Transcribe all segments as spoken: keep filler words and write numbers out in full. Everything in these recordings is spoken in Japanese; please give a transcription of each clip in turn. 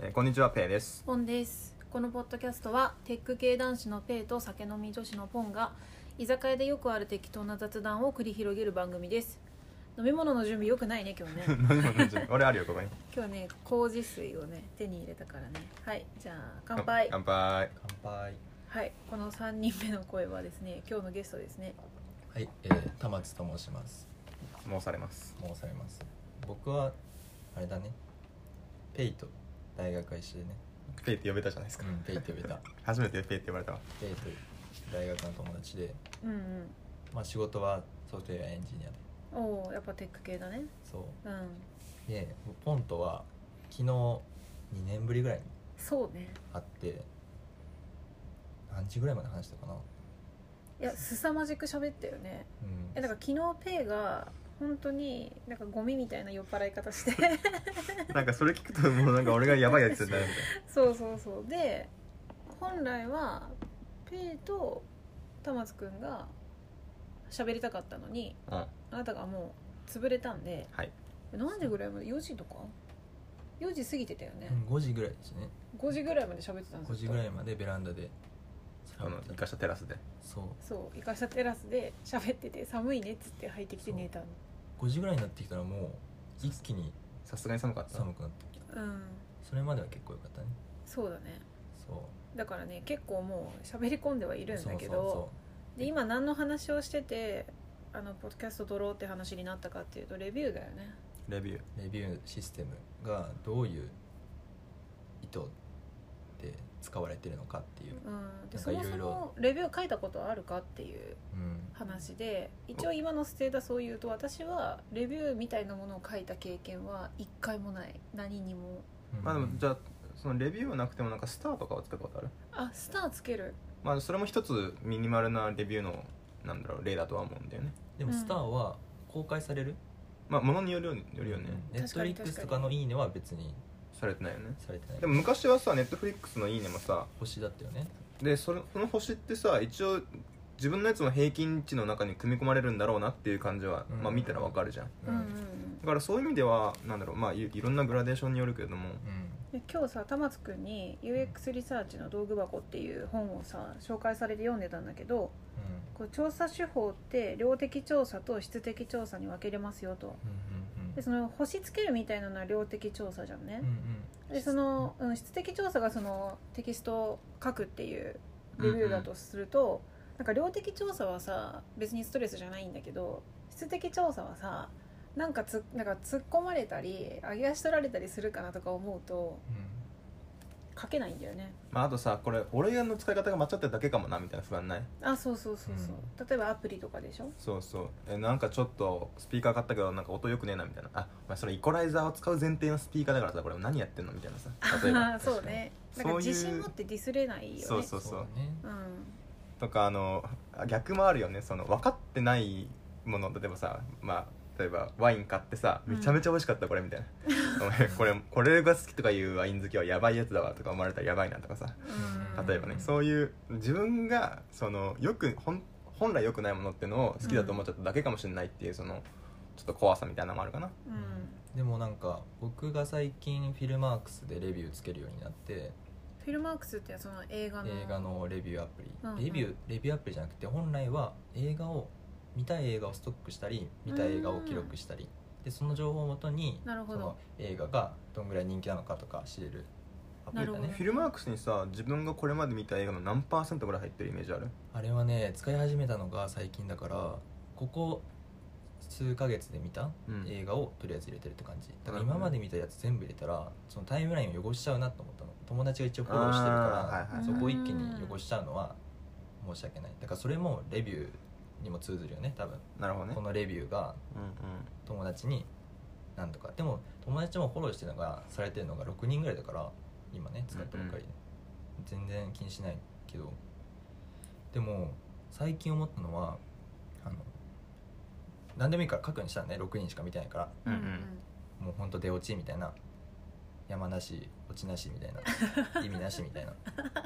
えー、こんにちは、ペイです。 ポンです。このポッドキャストはテック系男子のペイと酒飲み女子のポンが居酒屋でよくある適当な雑談を繰り広げる番組です。飲み物の準備よくないね今日ね飲み物の準備俺あるよここに。 今日ね麹水をね手に入れたからね。はい、じゃあ乾杯。 乾杯。 乾杯。 はい、このさんにんめの声はですね、今日のゲストですね。 はい、えー、田松と申します。 申されます申されます。僕はあれだね、ペイと大学は一緒でね。 ペイって呼べたじゃないですか、 うん、ペイって呼べた初めてペイって呼ばれたわ。 ペイと大学の友達で、 うんうん。 まあ仕事はソフトウェアエンジニアで。 おお、やっぱテック系だね。 そううん。 で、ポンとは昨日にねんぶりぐらいにそうね。 会って、何時ぐらいまで話したかな。 いや、凄まじく喋ったよね。 うんえ、だから昨日ペイが本当になんかゴミみたいな酔っ払い方してなんかそれ聞くともうなんか俺がやばいやつになるみたいそうそうそう。で本来はペイと玉津くんが喋りたかったのに、 な。うん。 あなたがもう潰れたんで、 はい。 何時ぐらいまでよじとかよじ過ぎてたよね、 うん、ごじぐらいですね。 ごじぐらいまで喋ってたんですよ。 ごじぐらいまでベランダであの生かしたテラスで。 そうそう生かしたテラスで喋ってて、寒いねっつって入ってきて寝たの。 ごじぐらいになってきたらもう一気にさすがに寒かった。 寒くなってきて、 うんそれまでは結構良かったね。 そうだね。 そうだからね結構もう喋り込んではいるんだけど、 そうそで今何の話をしててあのポッドキャスト撮ろうって話になったかっていうとレビューだよね。 レビュー。 うレビューシステムがどういう意図で使われてるのかっていう、 うん、でなんそもそかいろいろもレビュー書いたことあるかっていううん話で、一応今のステータスを言うと私はレビューみたいなものを書いた経験は一回もない。何にも。 うんまあでもじゃあそのレビューはなくてもなんかスターとかは使ったことある？ あ、スターつける。 まあそれも一つミニマルなレビューのなんだろう例だとは思うんだよね。 でもスターは公開される、 まあものによるよよるよね。 ネットフリックスとかのいいねは別にされてないよね。 されてない。 でも昔はさネットフリックスのいいねもさ星だったよね。 でそれその星ってさ一応自分のやつも平均値の中に組み込まれるんだろうなっていう感じは、 うんまあ見たらわかるじゃん。 うんうんうん。 だからそういう意味ではなんだろう、まあい、いろんなグラデーションによるけれども、 うんで今日さ玉津くんに ユーエックス リサーチの道具箱っていう本をさ紹介されて読んでたんだけど、こう調査手法って量的調査と質的調査に分けれますよと。 うんうんでその星つけるみたいなのは量的調査じゃんね。 うんうんでその、うん、質的調査がそのテキストを書くっていうレビューだとすると、なんか量的調査はさ別にストレスじゃないんだけど、質的調査はさなんかつなんか突っ込まれたり上げ足取られたりするかなとか思うと書けないんだよね。 まあ、あとさこれ俺の使い方が間違ってるだけかもなみたいな不安ない？ あ、そうそうそうそう、 う例えばアプリとかでしょ。 そうそうえなんかちょっとスピーカー買ったけどなんか音良くねえなみたいな、あ、まあ、それイコライザーを使う前提のスピーカーだからさこれ何やってんのみたいなさ、例えばあそうね。なんか自信持ってディスれないよね。 そうそうそうそうね。 うんとかあの逆もあるよね。その分かってないもの、例えばさ、まあ例えばワイン買ってさめちゃめちゃ美味しかったこれみたいな、お前これこれが好きとかいうワイン好きはやばいやつだわとか思われたらやばいなとかさ、 うん例えばね、そういう自分がそのよく本本来良くないものっていうのを好きだと思っちゃっただけかもしれないっていう、そのちょっと怖さみたいなのもあるかな。 うん。 でもなんか僕が最近フィルマークスでレビューつけるようになって、 フィルマークスってその映画の映画のレビューアプリ、 うんうん、 レビューレビューアプリじゃなくて本来は映画を見たい映画をストックしたり見たい映画を記録したりで、その情報をもとになるほどその映画がどんぐらい人気なのかとか知れるアプリだねなるほど。 フィルマークスにさ自分がこれまで見た映画の何パーセントぐらい入ってるイメージある？ あれはね使い始めたのが最近だから、ここ数ヶ月で見たうん映画をとりあえず入れてるって感じだから、 なるほどね今まで見たやつ全部入れたらそのタイムラインを汚しちゃうなと思ったの。友達が一応フォローしてるから、 あーはいはいそこを一気に汚しちゃうのは申し訳ない。だからそれもレビューにも通ずるよね多分。 なるほどね。 このレビューがうんうん友達に何とか、でも友達もフォローしてるのがされてるのがろくにんぐらいだから今ね使ったばっかりで、全然気にしないけど、でも最近思ったのはあの何でもいいから書くようにしたらね、ろくにんしか見てないから、 うんうんもうほんと出落ちみたいな、山なし落ちなしみたいな意味なしみたいな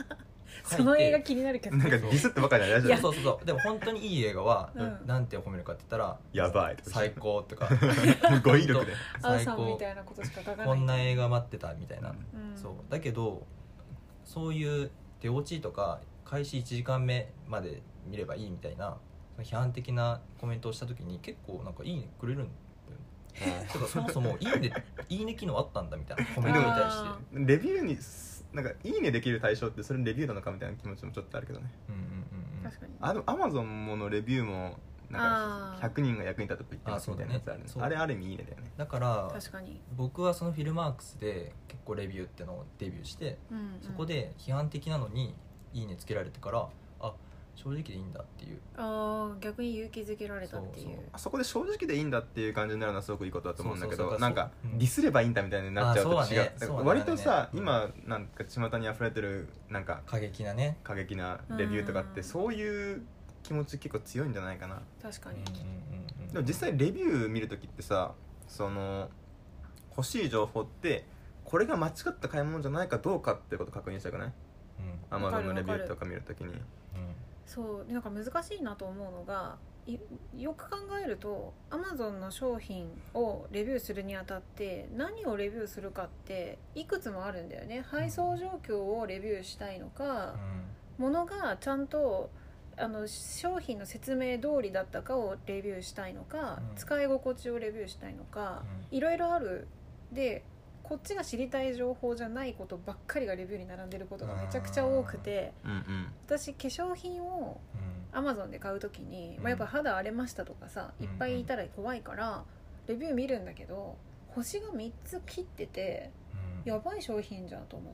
その映画気になるけどなんかディスってばっかりじゃないじゃん。 そうそうそうでも本当にいい映画は、 うんなんて褒めるかって言ったらやばいとか最高とか語彙力でアー最高さんみたいなことしか書かないこんな映画待ってたみたいな、 うんそうだけどそういう出落ちとか開始いちじかんめまで見ればいいみたいな批判的なコメントをした時に結構なんかいいねくれるんだよねてかそもそもいいねいいね機能あったんだみたいなコメントに対してあレビューになんかいいねできる対象ってそれレビューなのかみたいな気持ちもちょっとあるけどね。 うんうんうんうん確かにあのアマゾンものレビューもなんあーかひゃくにんが役に立ったと言ってますみたいなやつあるね。 あそうだねあれある意味いいねだよね。 だから確かに、 僕はそのフィルマークスで結構レビューってのをデビューしてうんうんそこで批判的なのにいいねつけられてからあ正直でいいんだっていうあー逆に勇気づけられたっていうそうそうあそこで正直でいいんだっていう感じになるのはすごくいいことだと思うんだけそうそうそうどなんかうんディスればいいんだみたいになっちゃうと違う。 あそうだねだからそうだね割とさうん今なんか巷に溢れてるなんか過激なね過激なレビューとかっうんてそういう気持ち結構強いんじゃないかな。 確かに、 うんうんうんうんでも実際レビュー見るときってさその欲しい情報ってこれが間違った買い物じゃないかどうかってこと確認したくない？ うんアマゾンのレビュわかるーとか見るときに。 そうなんか難しいなと思うのがいよく考えると Amazon の商品をレビューするにあたって何をレビューするかっていくつもあるんだよね。配送状況をレビューしたいのか、物がちゃんとあの商品の説明通りだったかをレビューしたいのか、 うん使い心地をレビューしたいのか、いろいろある。でこっちが知りたい情報じゃないことばっかりがレビューに並んでることがめちゃくちゃ多くて、 うんうん私化粧品をアマゾンで買うときに、 うんまあ、やっぱ肌荒れましたとかさ、 うんいっぱいいたら怖いからレビュー見るんだけど星がみっつ切っててやばい商品じゃんと思って、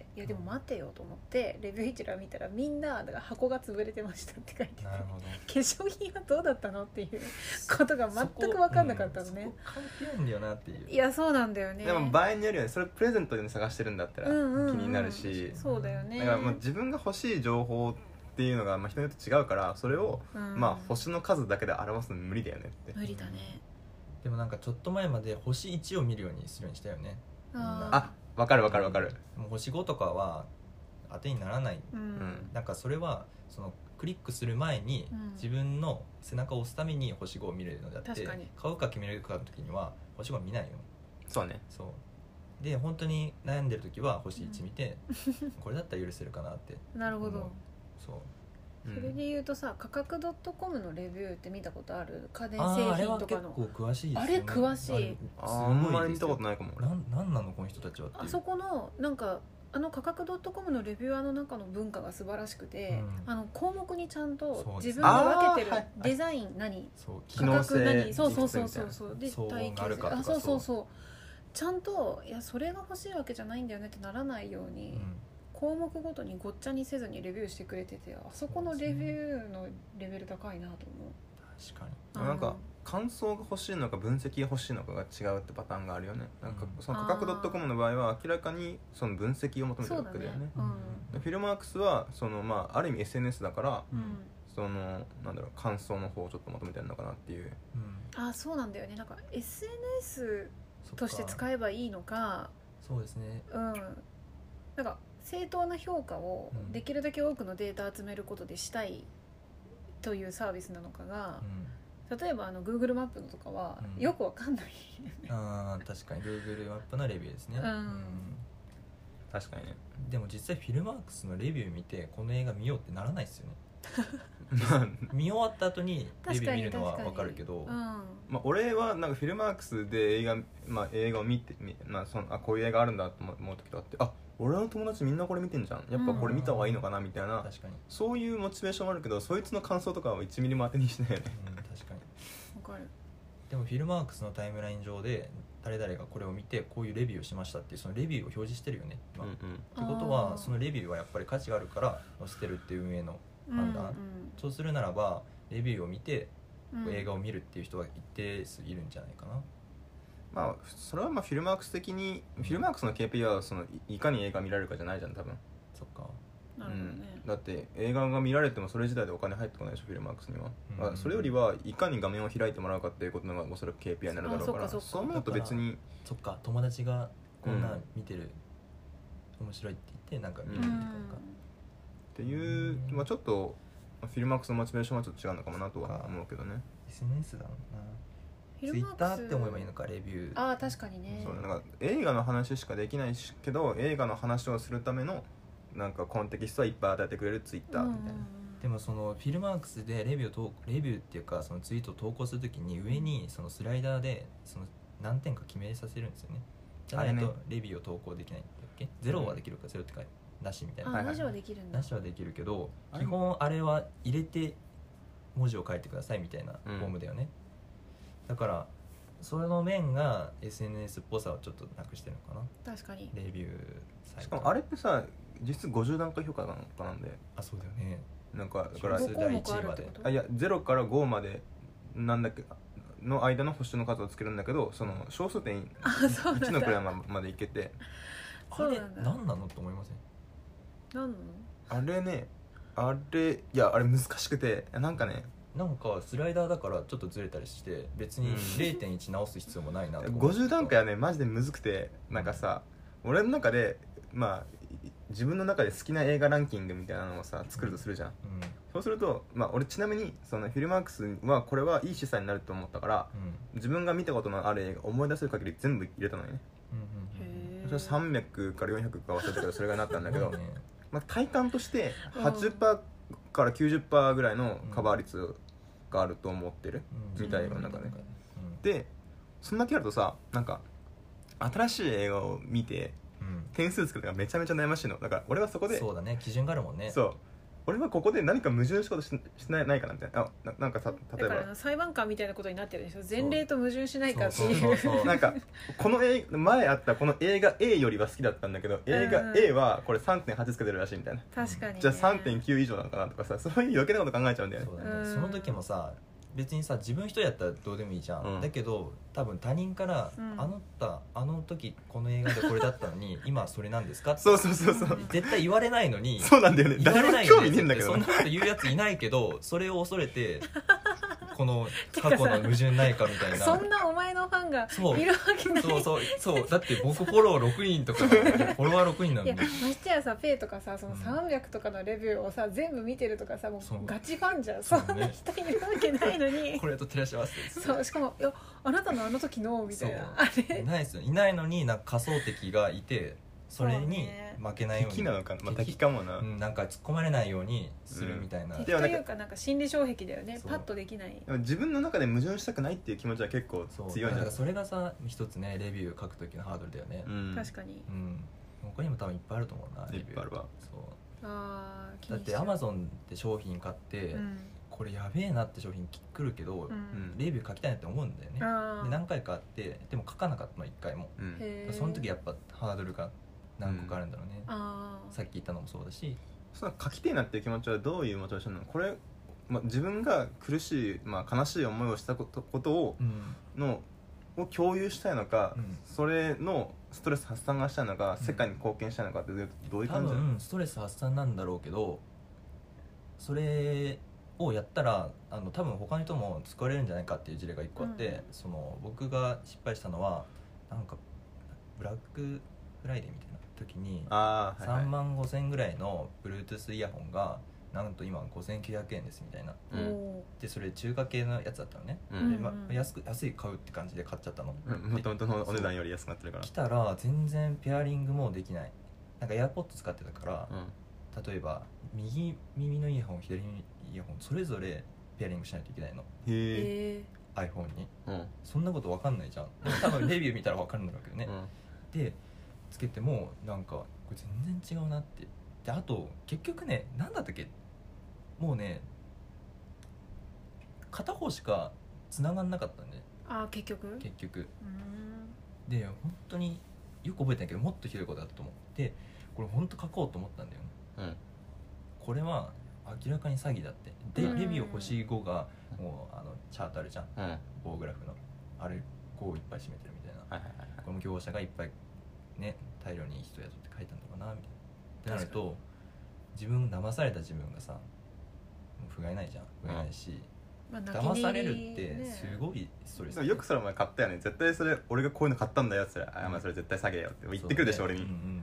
いやでも待てよと思ってレビュー一覧見たらみんなだから箱が潰れてましたって書いてて、 なるほど化粧品はどうだったのっていうことが全く分かんなかったのね、 そこ関係ないんだよなっていういやそうなんだよね。 でも場合によるよね。それプレゼントで探してるんだったら気うんうんうんになるし、 そうだよね。 だからまあ自分が欲しい情報っていうのがまあ人によって違うからそれをうんまあ星の数だけで表すの無理だよねって。 無理だね。 でもなんかちょっと前まで星いちを見るようにするようにしたよねああ、わかるわかるわかる。 もう星ごとかは当てにならないうんうんなんかそれはそのクリックする前にうん自分の背中を押すために星ごを見るのであって確かに買うか決めるかの時には星ご見ないよそうね。 そうで本当に悩んでる時は星いち見て、これだったら許せるかなってなるほど思う。そううんそれで言うとさ価格 .com のレビューって見たことある？家電あーあ製れは結品とかの構詳しいですよねあれ詳しいあれあすごーあんまり見ですよたことないかも。 なんなんなのこの人たちはっていうあそこのなんかあの価格 .com のレビュアーの中の文化が素晴らしくて、 うんあの項目にちゃんとそうです自分で分けてるあーはいデザイン何そう機能性価格何そうそうそう実そうみたいなそうで騒音耐久があるかとかあそうそうそうちゃんといやそれが欲しいわけじゃないんだよねってならないように、 うん項目ごとにごっちゃにせずにレビューしてくれててあそこのレビューのレベル高いなと思確かにう。 なんか感想が欲しいのか分析が欲しいのかが違うってパターンがあるよね。なんかうんその価格 .com の場合は明らかにその分析を求めてるそうだねわけだよね。 うんフィルマークスはそのまあある意味 エスエヌエス だからうんそのなんだろう感想の方をちょっと求めてるのかなっていう。 うんあそうなんだよね。なんか エスエヌエスそっかとして使えばいいのかそうですねうんなんか正当な評価をうんできるだけ多くのデータ集めることでしたいというサービスなのかが、例えばあの Google マップのとかはうんよくわかんない、 うんあー確かに Google マップのレビューですねうん確かにね。 でも実際フィルマークスのレビュー見てこの映画見ようってならないですよねまあ見終わった後にレビュー見るのは確かに分かるけどうんまあ、俺はなんかフィルマークスで映画、まあ、映画を見てみ、まあ、そのあこういう映画あるんだと思う時があってあ俺の友達みんなこれ見てんじゃんやっぱこれ見た方がいいのかなみたいな、 確かに、 そういうモチベーションもあるけどそいつの感想とかはいちミリも当てにしないよね。 うん、確かにわかるでもフィルマークスのタイムライン上で誰々がこれを見てこういうレビューをしましたっていうそのレビューを表示してるよね今、 うんうんってことあーはそのレビューはやっぱり価値があるから載せてるっていう運営の判断、 うんそうするならばレビューを見てうん映画を見るっていう人は一定数いるんじゃないかな、 まあそれはまあフィルマークス的にフィルマークスの ケーピーアイ はそのいいかに映画見られるかじゃないじゃん多分。 そっかなるほどね、 うん、だって映画が見られてもそれ自体でお金入ってこないでしょフィルマークスには、 うんあそれよりはいかに画面を開いてもらうかっていうことのがおそらく ケーピーアイ になるだろうからあそっかそっかそう思うと別にそっか友達がこんなうん見てる、面白いって言ってなんか見うんるっていうか、 っていう、まあ、ちょっとフィルマークスのモチベーションはちょっと違うのかもなとは思うけどね。 エスエヌエス だろうな。 フィルマークス Twitter って思えばいいのか、レビュー。 ああ確かにね。 そうなんか映画の話しかできないしけど映画の話をするためのなんかコンテキストはいっぱい与えてくれるツイッターみたいな、 でもそのフィルマークスでレビューを投レビューっていうかそのツイートを投稿するときに上にそのスライダーでその何点か決めさせるんですよね。じゃないあれねとレビューを投稿できないんだっけ。ゼロはできるかゼロってかなしみたいな。 あ、ラジオはできるんだ。 なしはできるけどあれ基本あれは入れて文字を書いてくださいみたいなフォームだよね、うん、だからその面が エスエヌエス っぽさをちょっとなくしてるのかな。 確かに。 レビューサイトしかもあれってさ実質ごじゅう段階評価なのかなんで、 あそうだよね。 なんかだからご項目あるってこと？ あいやゼロからごまでなんだっけの間の星の数をつけるんだけどその小数点いちの位までいけてあれそうなんだ。 何なのと思いません？ 何なの？ あれねあれいやあれ難しくてなんかねなんかスライダーだからちょっとずれたりして別にうんれいてんいち 直す必要もないなと思うごじゅう段階はねマジでむずくてなんかさ俺の中でまあ自分の中で好きな映画ランキングみたいなのをさ作るとするじゃん、 うんそうすると、まあ、俺ちなみにそのフィルマークスはこれはいい示唆になると思ったからうん自分が見たことのある映画思い出せる限り全部入れたのよね。 うんうんへそれさんびゃくからよんひゃくか忘れたけどそれがなったんだけど、 すごいねまあ、体感としてはちじゅっパーセントからきゅうじゅっパーセントぐらいのカバー率があると思ってる、 うん見た映画の中でうんでそんだけあるとさなんか新しい映画を見てうん点数つけるのがめちゃめちゃ悩ましいのだから俺はそこでそうだね基準があるもんね。 そう俺はここで何か矛盾しことししないないかなみたいなあ な, なんかさ例えだからば裁判官みたいなことになってるでしょ。前例と矛盾しないかってそういそううそうそうなんかこの映画前あったこの映画 A よりは好きだったんだけど映画うんうん A はこれ さんてんはち つけてるらしいみたいな、 確かにね。 じゃあ さんてんきゅう 以上なのかなとかさそういう余計なこと考えちゃうんだよね。 そうだねうんその時もさ別にさ自分一人やったらどうでもいいじゃん、 うんだけど多分他人から、 うんあのたあの時この映画でこれだったのに今それなんですかってそうそうそうそう絶対言われないのにそうなんだよね言わ誰もれないよね興味ねえんだけどそんなこと言うやついないけどそれを恐れてこの過去の矛盾ないかみたいなそんなお前のファンがそういるわけない。 そうそうそうだって僕フォローろくにんとかフォロワーろくにんないのやにましてやさペイとかさそのうんさんびゃくとかのレビューをさ全部見てるとかさもうそうガチファンじゃん。 そそうねんな人いるわけないのにこれと照らし合わせてそうしかもいやあなたのあの時のみたいなあれいないですよいないのになんか仮想敵がいてそれに負けないように敵なのかな、まあ、敵かもな、 うん、なんか突っ込まれないようにするみたいな、 敵でもなんかというかなんか心理障壁だよね。 そうパッとできない。 でも自分の中で矛盾したくないっていう気持ちは結構そう強いんじゃないだからそれがさ一つねレビュー書く時のハードルだよねうん確かに。 うん他にも多分いっぱいあると思うなレビューいっぱいあるわそうあー気だってにしちゃうアマゾンで商品買って、 うんこれやべえなって商品来るけど、 うんレビュー書きたいなって思うんだよねあーで何回かあってでも書かなかったのいっかいもうんへーその時やっぱハードルが何個かあるんだろうね、 あーさっき言ったのもそうだしその書きてえなっていう気持ちはどういうモチベーションなのこれ、まあ、自分が苦しい、まあ、悲しい思いをしたことことをうんのを共有したいのか、 うんそれのストレス発散がしたいのか、 うん世界に貢献したいのかってどうどういう多感じなの分ストレス発散なんだろうけどそれをやったらあの多分他の人も救われるんじゃないかっていう事例がいっこあって、 うんその僕が失敗したのはなんかブラックフライデーみたいな時にああ、はいはい、 さんまんごせんぐらいの Bluetooth イヤホンがなんと今ごせんきゅうひゃくえんですみたいなうんおでそれ中華系のやつだったのね、 うんでまうん安く安い買うって感じで買っちゃったのもともとのお値段より安くなってるから来たら全然ペアリングもできないなんか AirPods 使ってたから、 うん例えば右耳のイヤホン左耳のイヤホンそれぞれペアリングしないといけないのへえ、 え iPhone にうんそんなこと分かんないじゃんでも多分レビュー見たら分かるんだろうけどね、 うんでつけてもなんかこれ全然違うなってであと結局ね何だったっけもうね片方しか繋がんなかったんでー、あー結局結局うーんで本当によく覚えてないけどもっとひどいことだったと思ってこれ本当書こうと思ったんだよねうんこれは明らかに詐欺だってでうんレビュー星ごがもうあのチャートあるじゃんうんはい棒グラフのあれごをいっぱい占めてるみたいなはいはいこの業者がいっぱいね大量に人雇って書いたのかなみたいなってなると自分騙された自分がさもう不甲斐ないじゃん不甲斐ないし、 まあ騙されるってねすごいストレスでもよくそれお前買ったよね絶対それ俺がこういうの買ったんだよって言ったらあまあそれ絶対詐欺だよって言ってくるでしょ、俺に、 そうねうんうん、確かに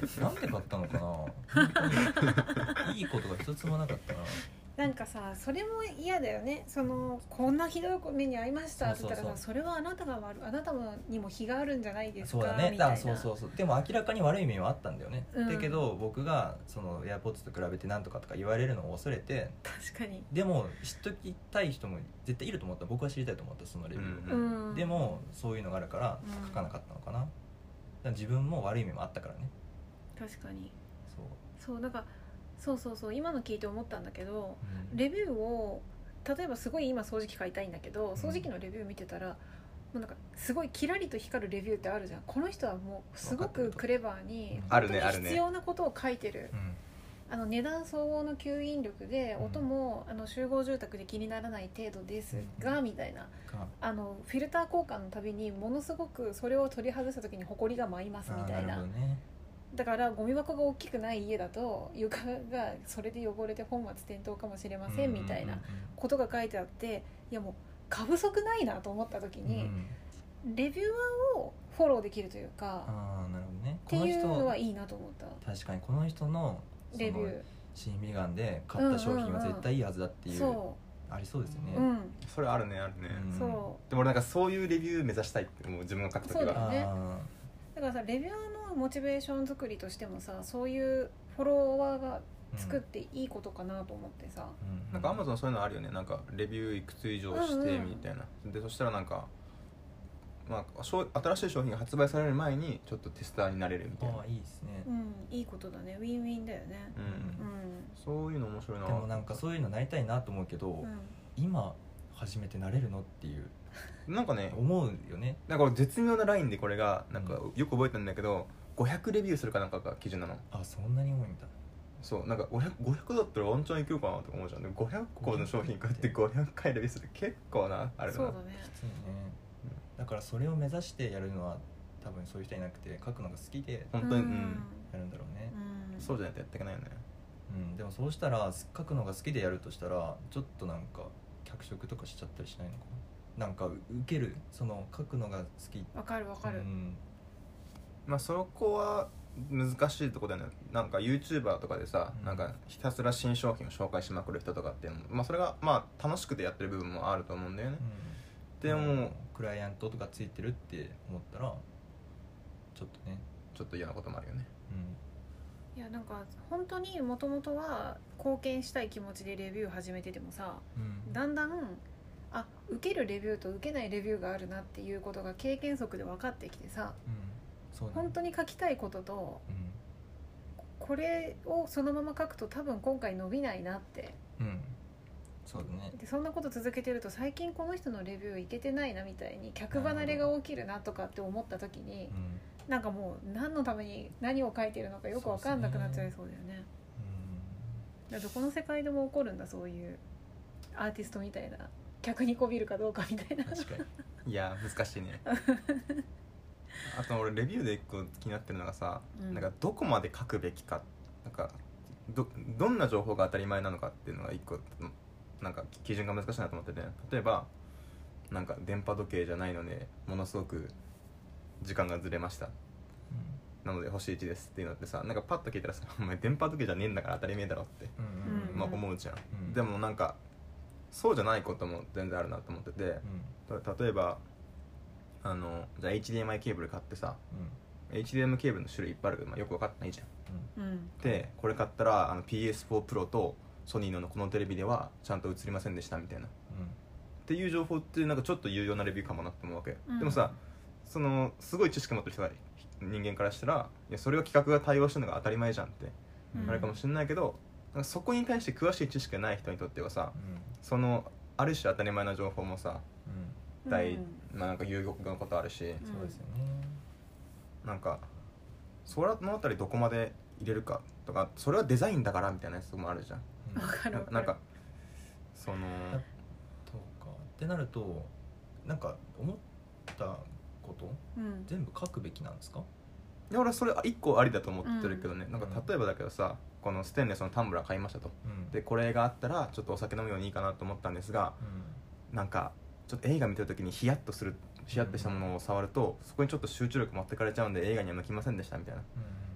なんで買ったのかな本当にいいことが一つもなかったな。 なんかさそれも嫌だよね。そのこんなひどい目に遭いましたって言ったらさ、 そうそうそうそれはあなたが悪い、あなたにも非があるんじゃないですかそうだね。 みたいな。 だそうそうそう。でも明らかに悪い面はあったんだよね、 うんだけど僕がその AirPods と比べてなんとかとか言われるのを恐れて、 確かに。 でも知っときたい人も絶対いると思った。僕は知りたいと思ったそのレビューを、 うんうんでもそういうのがあるからうん書かなかったのかな、だから自分も悪い面もあったからね。 確かにそう、 そうなんかそうそうそう今の聞いて思ったんだけど、 うんレビューを例えばすごい今掃除機買いたいんだけど、 ん掃除機のレビュー見てたらもうなんかすごいキラリと光るレビューってあるじゃん。この人はもうすごくクレバーにうんあるねあるね本当に必要なことを書いてる。 うんあの値段相応の吸引力でうん音もあの集合住宅で気にならない程度ですが、みたいなかあのフィルター交換のたびにものすごくそれを取り外した時にホコリが舞いますみたいあーな。 なるほどね。 だからゴミ箱が大きくない家だと床がそれで汚れて本末転倒かもしれませんみたいなことが書いてあって、いやもう過不足ないなと思った時うんうんうんうに、 んレビューアーをフォローできるというかああなるほどね。 っていうのはいいなと思った。 確かにこの人のそのレビュー新美眼で買った商品は絶対いいはずだっていう、 そありそうですよね、 う、うん、 それあるねあるね、 うんそうでも俺なんかそういうレビュー目指したいって思う自分が書くときはそうだねあだからさレビューアーのモチベーション作りとしてもさ、そういうフォロワーがー作っていいことかなと思ってさ、 うんなんかアマゾンそういうのあるよね。なんかレビューいくつ以上してうんうんみたいな、でそしたらなんか、まあ、商新しい商品が発売される前にちょっとテスターになれるみたいな、 ああいいですね、 うん、いいことだね。ウィンウィンだよね。 うんうんそういうの面白いな。 でもなんかそういうのなりたいなと思うけど、 うん今初めてなれるのっていうなんかね思うよね。 なんか絶妙なラインでこれがなんかよく覚えてるんだけど、ごひゃくレビューするかなんかが基準なの。 あそんなに多いんだ。 そうなんかごひゃく、ごひゃくだったらワンチャンいけるかなとか思うじゃん。でごひゃっこの商品買ってごひゃっかいレビューする結構なあれだな。 そうだね。 きついね、だからそれを目指してやるのは多分そういう人いなくて書くのが好きで本当に、うんやるんだろうね、 うんそうじゃないとやっていけないよね。 うん、でもそうしたら書くのが好きでやるとしたらちょっとなんか脚色とかしちゃったりしないのかな。なんか受けるその書くのが好きわかるわかる、 うんまあそこは難しいところだよね。なんか YouTuber とかでさ、 うんなんかひたすら新商品を紹介しまくる人とかっていうのも、まあそれがまあ楽しくてやってる部分もあると思うんだよね。 うん、 でもクライアントとかついてるって思ったらちょっとね、 ちょっと嫌なこともあるよね。 いやなんか本当にもともとは貢献したい気持ちでレビュー始めててもさ、 うんうん、 だんだんあ受けるレビューと受けないレビューがあるなっていうことが経験則で分かってきてさ、 うん、そうだね本当に書きたいこととうんこれをそのまま書くと多分今回伸びないなって。 うんそうだね、 でそんなこと続けてると最近この人のレビューいけてないなみたいに客離れが起きるなとかって思った時に、 うんなんかもう何のために何を書いてるのかよく分かんなくなっちゃいそうだよね。だからどこの世界でも起こるんだ、そういうアーティストみたいな、客にこびるかどうかみたいな。 うん、確かにいや難しいねあと俺レビューで一個気になってるのがさ、 うんなんかどこまで書くべきか、なんか ど, どんな情報が当たり前なのかっていうのが一個なんか基準が難しいなと思ってて、例えばなんか電波時計じゃないのでものすごく時間がずれましたなので星いちですっていうのってさ、なんかパッと聞いたらさお前電波時計じゃねえんだから当たり前だろって、 うんうんうんまあ、思うじゃん、 うんでもなんかそうじゃないことも全然あるなと思ってて、た例えばあのじゃあ エイチディーエムアイ ケーブル買ってさ、 うんエイチディーエム ケーブルの種類いっぱいあるけど、まあ、よく分かってないじゃん。 うんうんでこれ買ったらあの ピーエスフォー プロとソニーのこのテレビではちゃんと映りませんでしたみたいなっていう情報ってなんかちょっと有用なレビューかもなって思うわけ、 うんでもさそのすごい知識持ってる人が人間からしたらいやそれは企画が対応してるのが当たり前じゃんってうんあれかもしれないけど、なんかそこに対して詳しい知識がない人にとってはさうんそのある種当たり前な情報もさうん大、 うんまあ、なんか有力なことあるし、 そうですよね、 なんかそれのあたりどこまで入れるかとか、それはデザインだからみたいなやつもあるじゃん。 うんわかるわかる。 ななんかそのそうかってなるとなんか思ったことうん全部書くべきなんですか？ いや俺はそれ一個ありだと思ってるけどね、 んなんか例えばだけどさ、このステンレスのタンブラー買いましたと、 うんでこれがあったらちょっとお酒飲むようにいいかなと思ったんですが、なんかちょっと映画見てる時にヒヤッとするヒヤッとしたものを触るとそこにちょっと集中力持ってかれちゃうんで映画には向きませんでしたみたいな、 うん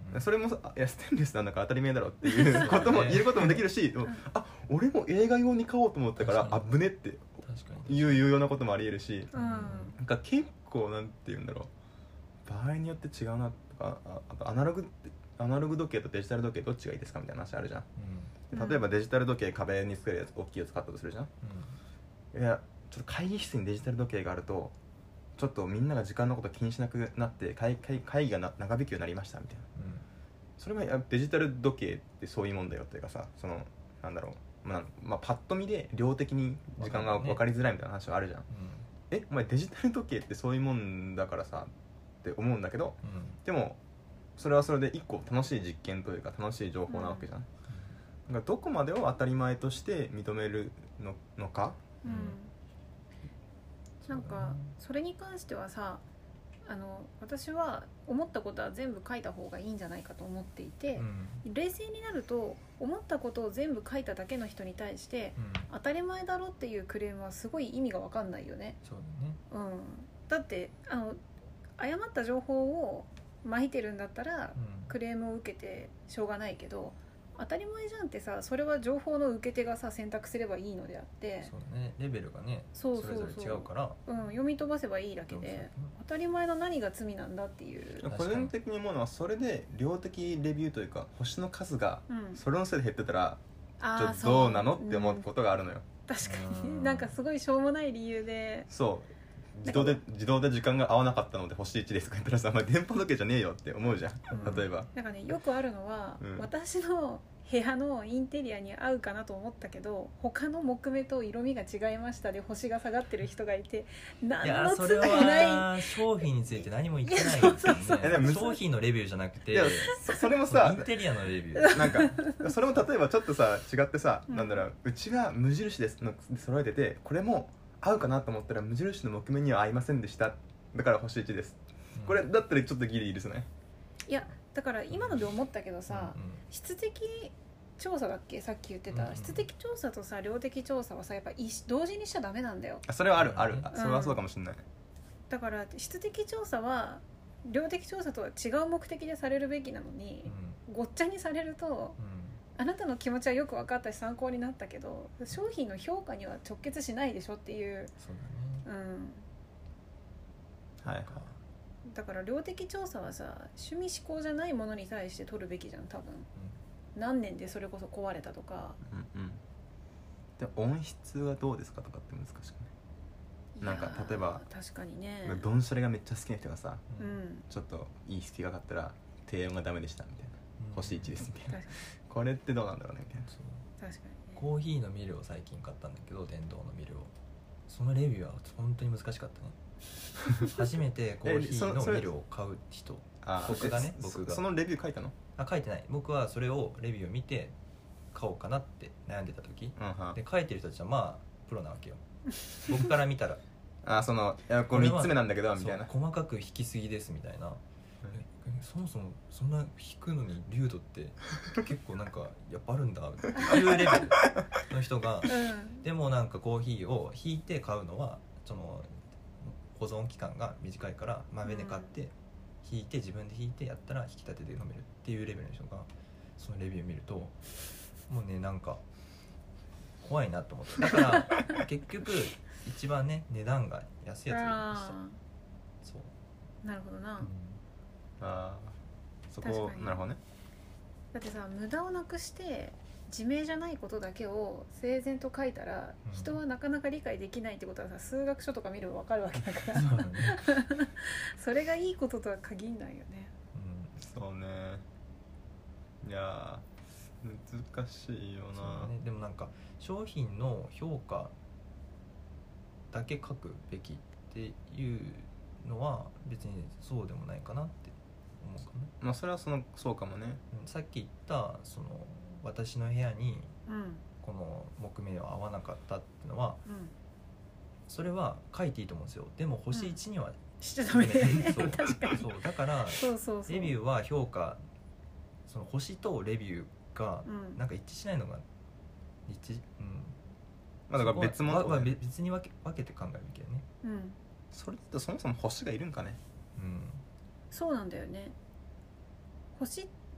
うんそれもあいやステンレスなんだから当たり前だろっていうこともそうだね言えることもできるし、でもあ俺も映画用に買おうと思ったから確かにあぶねって確かにいう有用なこともありえるし、 うんなんか結構なんて言うんだろう、場合によって違うなとか、ああとアナログってアナログ時計とデジタル時計どっちがいいですかみたいな話あるじゃん。 うん例えばデジタル時計壁につけるやつ大きいやつ買ったとするじゃん。いやちょっと会議室にデジタル時計があるとちょっとみんなが時間のこと気にしなくなって会会会議がな長引くようになりましたみたいな。 うんそれはいやデジタル時計ってそういうもんだよっていうかさ、そのなんだろう、まあまあ、パッと見で量的に時間が分かりづらいみたいな話はあるじゃん。えお前デジタル時計ってそういうもんだからさって思うんだけど、 うんうんでもそれはそれで一個楽しい実験というか楽しい情報なわけじゃん、だからどこまでを当たり前として認める の, のか、 うんなんそうだねかそれに関してはさ、あの私は思ったことは全部書いた方がいいんじゃないかと思っていて、 うん冷静になると思ったことを全部書いただけの人に対してうん当たり前だろっていうクレームはすごい意味が分かんないよね。 そうだねうん、だってあの誤った情報を撒いてるんだったらうんクレームを受けてしょうがないけど、当たり前じゃんってさ、それは情報の受け手がさ選択すればいいのであってそうだねレベルがねそうそうそうれぞれ違うからうん、読み飛ばせばいいだけそうそうで当たり前の何が罪なんだっていう、 確かに個人的に思うのはそれで量的レビューというか星の数がうん、 それのせいで減ってたらちょっとあーそうどうなのって思うことがあるのよ。 確かにうんなんかすごいしょうもない理由でそう自動で自動で時間が合わなかったので星いちですとか言ったらさ、お前電波時計じゃねえよって思うじゃん、 うん例えば。 なんかねよくあるのは、 うん私の部屋のインテリアに合うかなと思ったけど他の木目と色味が違いましたで星が下がってる人がいて何いやのつそれもないは商品について何も言ってないですよいやそうそうそうえでもね商品のレビューじゃなくていやそそれもそのさインテリアのレビューなんかそれも例えばちょっとさ違ってさ、 うんなんだろううちは無印ですの揃えててこれも合うかなと思ったら無印の木目には合いませんでしただから星いちです、これだったらちょっとギリ許せない。 いやだから今ので思ったけどさ、 うんうん質的調査だっけさっき言ってた、 うんうん質的調査とさ量的調査はさやっぱ一同時にしちゃダメなんだよ。 あそれはあるある、 うんあそれはそうかもしれない、 だから質的調査は量的調査とは違う目的でされるべきなのに、ごっちゃにされるとうんうんあなたの気持ちはよく分かったし参考になったけど商品の評価には直結しないでしょっていう、 そうだねうん、 はいはい。 だから量的調査はさ趣味思考じゃないものに対して取るべきじゃん多分。何年でそれこそ壊れたとか。 うんうんで音質はどうですかとかって難しくないなんかいやー例えば確かにね、 ドンシャレがめっちゃ好きな人がさううんん、 ちょっといいスピーカー買ったら低音がダメでしたみたいなうん星いちですみたいな確かこれってどうなんだろうねみたいな。 そうに確かにね。 コーヒーのミルを最近買ったんだけど電動のミルをそのレビューは本当に難しかったね初めてコーヒーのミルを買う人あ僕がねえ僕がそそのレビュー書いたの？ あ書いてない僕はそれをレビューを見て買おうかなって悩んでた時うんはんで書いてる人たちはまあプロなわけよ僕から見たらあそのいやこれみっつめなんだけどみたいな。 そう細かく弾きすぎですみたいな、えそもそもそんな弾くのに粒度って結構なんかやっぱあるんだっていうレベルの人がうんでもなんかコーヒーを引いて買うのはその保存期間が短いから豆で買って引いて自分で引いてやったら引き立てで飲めるっていうレベルの人がそのレビューを見るともうねなんか怖いなと思ってだから結局一番ね値段が安いやつをあそう、 ーなるほどな、 うんあーそこ確かになるほどね。 だってさ無駄をなくして自明じゃないことだけを整然と書いたら、 うん人はなかなか理解できないってことはさ数学書とか見れば分かるわけだからそうだね、 それがいいこととは限んないよね。 そうね。いやー難しいようんそうなだ。ね、でもなんか商品の評価だけ書くべきっていうのは別にそうでもないかなって思うかな、 まあそれはそのそうかもね。 うんさっき言ったその私の部屋にうんこの木目は合わなかったっていうのはうんそれは書いていいと思うんですよ。でも星いちにはしちゃダメだよねそう確かにそうだからそうそうそうレビューは評価その星とレビューがうんなんか一致しないのが一致、うん、 まあだから別物わわとかね別に分け分けて考えるべきだよね。 うんそれってそもそも星がいるんかね。 うんそうなんだよね。星っ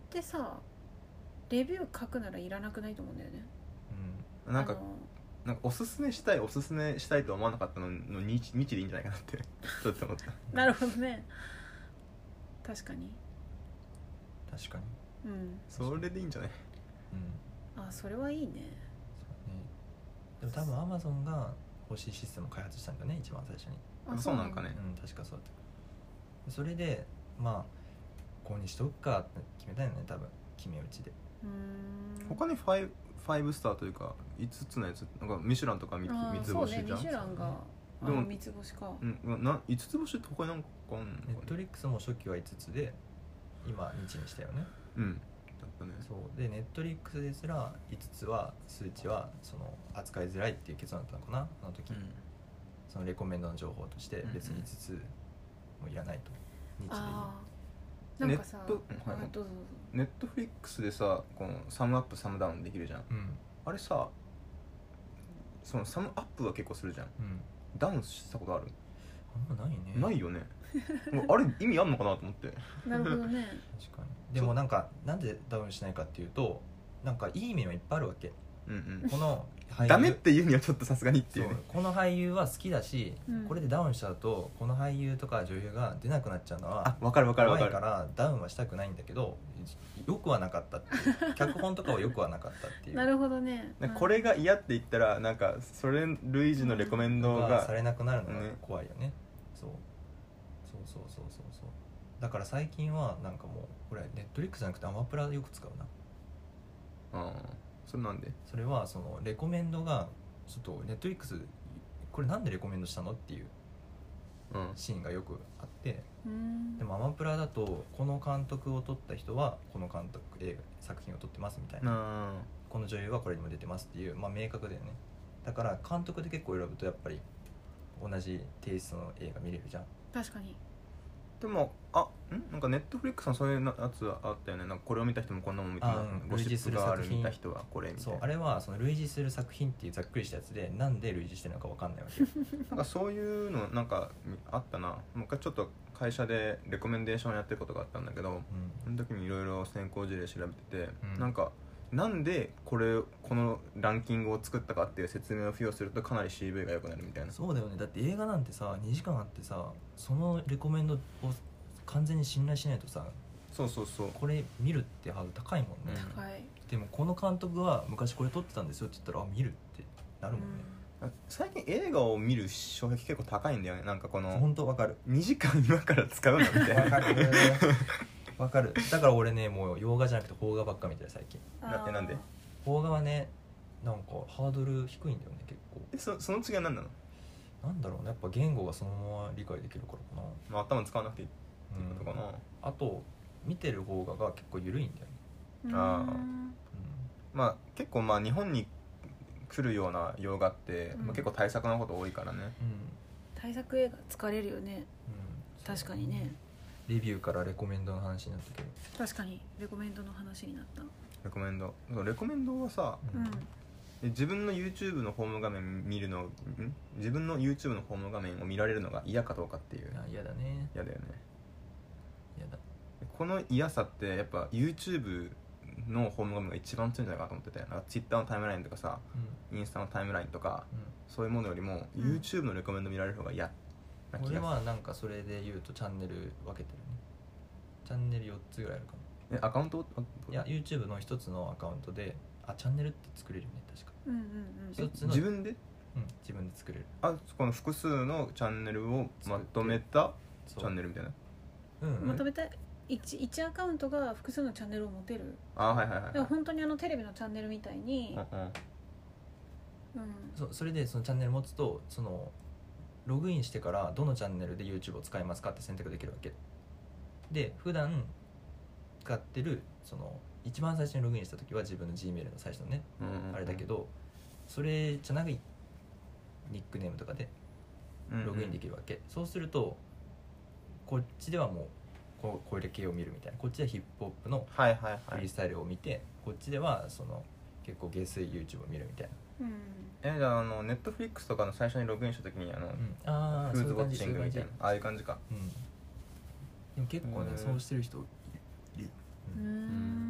ってさレビュー書くならいらなくないと思うんだよね。 なんかあのなんかおすすめしたいおすすめしたいとは思わなかったのの日日でいいんじゃないかなってちょっと思ったなるほどね。確かに。 確かに。 うん。 それでいいんじゃない？ うん。 あ、それはいいね。 そうね。でも多分アマゾンが欲しいシステムを開発したんだよね、一番最初に。 あ、 そうなんかねうん、確かそうだった。それでまあこうにしとくかって決めたよね、多分決め打ちで。 うーん。 他にファイブファイブスターというかいつつのやつなんかミシュランとか三あーつ星じゃん。 そうね、ミシュランがあでも三つ星か。 うんな五つ星って他になんかあんのかな？ ネットリックスも初期はいつつで今ににしたよね。 うんだったね。 そうでネットリックスですらいつつは数値はその扱いづらいっていう結論だったのかな、あの時、そのレコメンドの情報として別にいつつもいらないと、日でいい。 ああ。なんかさ、 ネットあはいどうぞどうぞ。 ネットフリックスでさこのサムアップサムダウンできるじゃん。 うんあれさそのサムアップは結構するじゃん。 うんダウンしたことある？ あんまないね。 ないよねもうあれ意味あんのかなと思ってなるほどね。 確かに。でもなんかなんでダウンしないかっていうと、なんかいい面はいっぱいあるわけ。 うんうんこの俳優ダメっていうにはちょっとさすがにってそいううね。 この俳優は好きだし、 うんこれでダウンしちゃうとこの俳優とか女優が出なくなっちゃうのはあ分かる分かる分かる。 怖いからダウンはしたくないんだけど、よくはなかったっていう脚本とかはよくはなかったっていうなるほどね。 なんかこれが嫌って言ったらなんかそれ類似のレコメンドががされなくなるのがね怖いよね。そうそうそうそうそうそう。だから最近はなんかもうこれネットリックスじゃなくてアマプラよく使うな。 ああそれなんで？ それはそのレコメンドがちょっとネットリックスこれなんでレコメンドしたのっていううんシーンがよくあって、 うーん。 でもアマプラだとこの監督を撮った人はこの監督映画作品を撮ってますみたいな、 あこの女優はこれにも出てますっていう、まあ、明確だよね。だから監督で結構選ぶとやっぱり同じテイストの映画見れるじゃん。 確かに。 でもあんなんかネットフリックスのそういうやつはあったよね。なんかこれを見た人もこんなもん見てあうんゴシップがある類似する作品見た人はこれみたいうな。 そあれはその類似する作品っていうざっくりしたやつでなんで類似してるのか分かんないわけよなんかそういうのなんかあったな。もう一回ちょっと会社でレコメンデーションやってることがあったんだけど、 うんその時にいろいろ先行事例調べてて、 うんなんかなんでこれこのランキングを作ったかっていう説明を付与するとかなり シーブイ が良くなるみたいな。 そうだよね。だって映画なんてさにじかんあってさそのレコメンドを完全に信頼しないとさそうそうそう。 これ見るってハードル高いもんね、 うん高い。 でもこの監督は昔これ撮ってたんですよって言ったらあ見るってなるもんね。 最近映画を見る障壁結構高いんだよね。なんかこの本当わかるにじかん今から使うのみたいな。 わかるわかる。だから俺ねもう洋画じゃなくて邦画ばっか見てる最近。 うん。 だってなんで邦画はねなんかハードル低いんだよね結構。 えそその違いは何なの？ なんだろうね、やっぱ言語がそのまま理解できるからかな。 まあ、頭使わなくていいってうんことかな。 あと見てる邦画が結構緩いんだよね。 うんあーまあ結構まあ日本に来るような洋画って、 うんまあ、結構対策なこと多いからね。 うんうん対策映画疲れるよね。 うん、 確かにね。 レビューからレコメンドの話になったけど、 確かにレコメンドの話になった。 レコメンドレコメンドはさ、 うん。 え自分の YouTube のホーム画面見るのん自分の YouTube のホーム画面を見られるのが嫌かどうかっていう。 あ嫌だね嫌だよね。 嫌だ。 この嫌さってやっぱ YouTube のホーム画面が一番強いんじゃないかなと思ってて、なんか Twitter のタイムラインとかさうインスタのタイムラインとかんうんそういうものよりも、 うん YouTube のレコメンド見られる方が嫌な気俺がはなんかそれで言うとチャンネル分けてるね。チャンネルよっつぐらいあるかする。えアカウントあな。いや YouTube の一つのアカウントであチャンネルって作れるよね確か。 うんうん一つの自分でうん自分で作れる。 あこの複数のチャンネルをまとめたチそうャンネルみたいな。 うん、 うん。まとめた一一アカウントが複数のチャンネルを持てる。 あはいはいはい、はい、 でも本当にあのテレビのチャンネルみたいにう、んうんうん。 そうそれでそのチャンネル持つとそのログインしてからどのチャンネルで YouTube を使いますかって選択できるわけで、普段使ってるその一番最初にログインした時は自分の Gmail の最初のね、 うんうん、 あれだけどそれじゃないニックネームとかでログインできるわけ、そうするとこっちではもうこうこれ系を見るみたいな、こっちではヒップホップのはいはいはいフリースタイルを見て、こっちではその結構下水 YouTube を見るみたいな。 うん。 えじゃああのネットフリックスとかの最初にログインした時にあの、 うん、ああフーズウォッそういう感じチングみたいなああいう感じか。 うん、でも結構ねうんそうしてる人いる、 ううんん。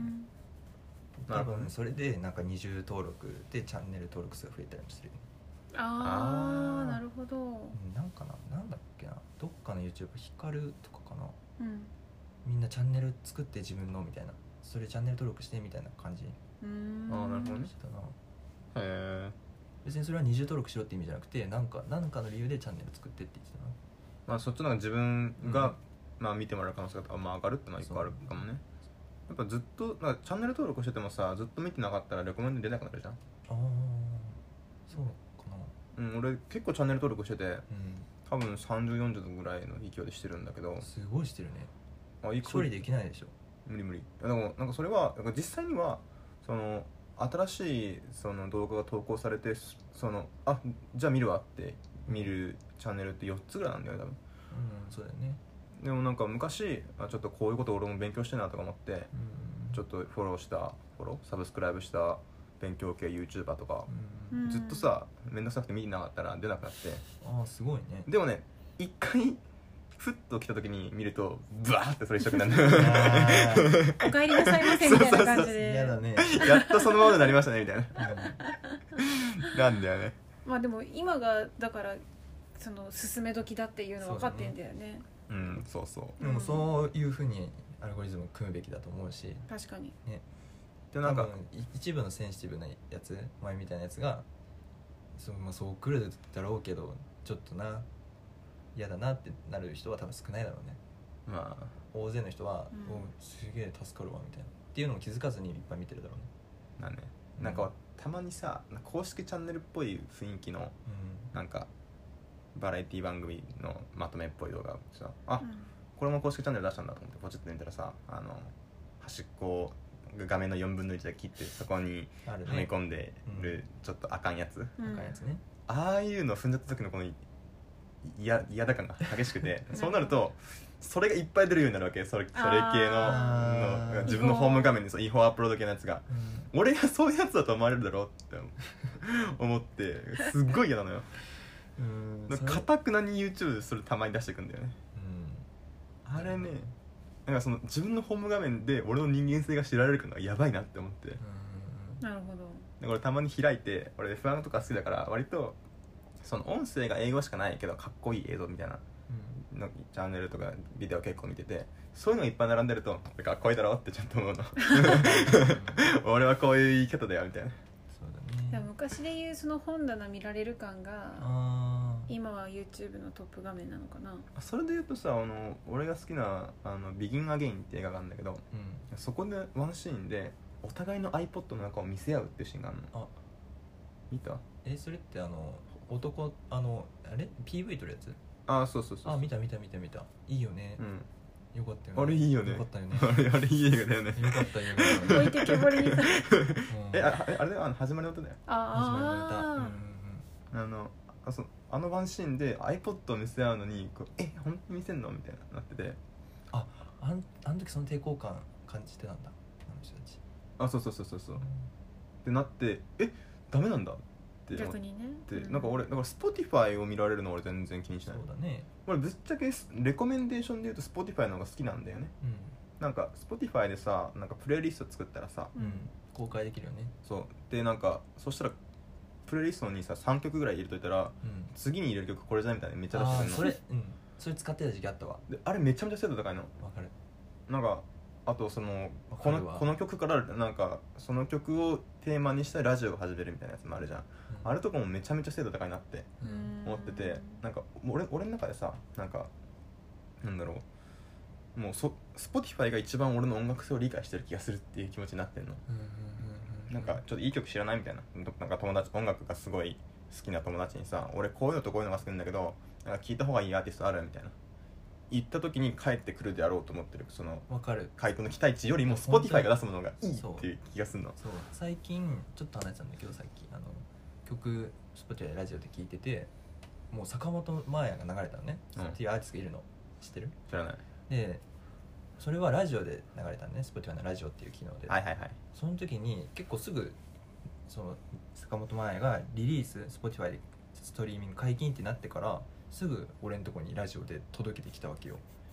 多分それでなんか二重登録でチャンネル登録数が増えたりもする。 ああなるほど、 うんなんかななんだっけなどっかの YouTuber ヒカルとかかな、 うんみんなチャンネル作って自分のみたいな、それチャンネル登録してみたいな感じうーんあーなるほどねしてたな。 へえ。 別にそれは二重登録しろって意味じゃなくて、なんかなんかの理由でチャンネル作ってって言ってたな。 まあそっちの方が自分が、 うんまあ見てもらう可能性がまあ上がるってのは一個あるかもね。やっぱずっとなんかチャンネル登録しててもさ、ずっと見てなかったらレコメンド出なくなるじゃん。 ああそうかな。 うん、俺結構チャンネル登録しててう多分さんじゅう、よんじゅうぐらいの勢いでしてるんだけどんすごいしてるね。 あいく一人できないでしょ。 無理無理。でもなんかそれはなんか実際にはその新しいその動画が投稿されてそのあじゃあ見るわって見るチャンネルってよっつぐらいなんだよね多分。 うんそうだよね。 でもなんか昔あちょっとこういうこと俺も勉強してんなとか思ってうんちょっとフォローしたフォローサブスクライブした勉強系 YouTuber とかうんうんずっとさ面倒くさくて見てなかったら出なくなってああすごいね。 でもね一回ふっと来た時に見るとブワーってそれ一緒になるあーお帰りなさいませみたいな感じで嫌だね。 やっとそのままになりましたねみたいなうんなんだよね。 まあでも今がだからその進め時だっていうの分かってんだよねうんそうそうでもそういうふうにアルゴリズムを組むべきだと思うし、 確かにでなんか多分い一部のセンシティブなやつ前みたいなやつがそう、まあ、そう来るだろうけどちょっとな嫌だなってなる人は多分少ないだろうね。 まあ大勢の人は、 うんおすげえ助かるわみたいなっていうのも気づかずにいっぱい見てるだろうね。 なんねなんかたまにさ公式チャンネルっぽい雰囲気のうなんかバラエティ番組のまとめっぽい動画さあ、 うんこれも公式チャンネル出したんだと思ってポチってみたらさあの端っこを画面のよんぶんのいちで切ってそこにんあるねはめ込んでるうんちょっとあかんやつ、 うん赤いやつね。 ああいうの踏んじゃった時のこの嫌嫌だ感が激しくてそうなるとそれがいっぱい出るようになるわけ。それそれ系のあーの自分のホーム画面にそう違法アップロード系のやつが俺がそういうやつだと思われるだろうって思ってすっごい嫌なのよ。 うんなんか固くなに YouTube でそれたまに出してくんだよね。 うんあれねなんかその自分のホーム画面で俺の人間性が知られるのがやばいなって思って、 うんなるほどで俺たまに開いて俺 エフワン とか好きだから割とその音声が英語しかないけどかっこいい映像みたいなのチャンネルとかビデオ結構見ててそういうのがいっぱい並んでるとこれかっこいいだろってちゃんと思うの俺はこういう言い方だよみたいな。 そうだね。 でも昔でいうその本棚見られる感があ今は YouTube のトップ画面なのかな。 それで言うとさあの俺が好きなあのビギンアゲインって映画があるんだけどーうんそこでワンシーンでお互いの iPod の中を見せ合うっていうシーンがあるの。 あ見た？ えそれってあの男あのあれ ピーブイ 撮るやつ。 あそうそうそうあ見た見た見た見た。いいよねう。んよかったよね。 あれいいよねよかったよね。 あれあれいい映画だよね。 よかったよね。 置いてけぼりにされうんえああれだよあの始まりの音だよ。 始まりの歌あうんうんあのあそうあのワンシーンで iPod を見せ合うのにこうえ本当に見せんのみたいななっててああんあの時その抵抗感感じてたんだあの人たち。 あそうそうそうそうそうってなってえダメなんだって思っ逆にねて、 うんなんか俺だから Spotify を見られるの俺全然気にしない。 そうだね。 俺ぶっちゃけレコメンデーションで言うと Spotify の方が好きなんだよね。なんか Spotify でさなんかプレイリスト作ったらさうんうん公開できるよね。 そうでなんかそしたらプレイリストにささんきょくぐらい入れといたらうん次に入れる曲これじゃないみたいなめっちゃ出してくるの。 あーそれうんそれ使ってた時期あったわ。 であれめちゃめちゃ精度高いの。 わかる。 なんかあとそのわかこのるわこの曲からなんかその曲をテーマにしたラジオを始めるみたいなやつもあるじゃん。あれとかもめちゃめちゃ精度高いなってうん思っててなんか俺俺の中でさなんかなんだろうもうそ Spotify が一番俺の音楽性を理解してる気がするっていう気持ちになってんの。 うんうんうんなんかちょっといい曲知らないみたいななんか友達音楽がすごい好きな友達にさ俺こういうのとこういうのが好きなんだけどなんか聞いた方がいいアーティストあるみたいな言った時に帰ってくるであろうと思ってるそのわかる。 回答の期待値よりも本当に Spotify が出すものがいいっていう気がするの。 そう最近ちょっと話したんだけどさっきあの曲 Spotify ラジオで聞いててもう坂本真綾が流れたのね、 うんっていうアーティストがいるの知ってる？ 知らない。 でそれはラジオで流れたのね Spotify のラジオっていう機能で、 はいはいはい。 その時に結構すぐその坂本真綾がリリース Spotify でストリーミング解禁ってなってからすぐ俺のとこにラジオで届けてきたわけよ。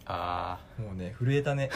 あもうね震えたね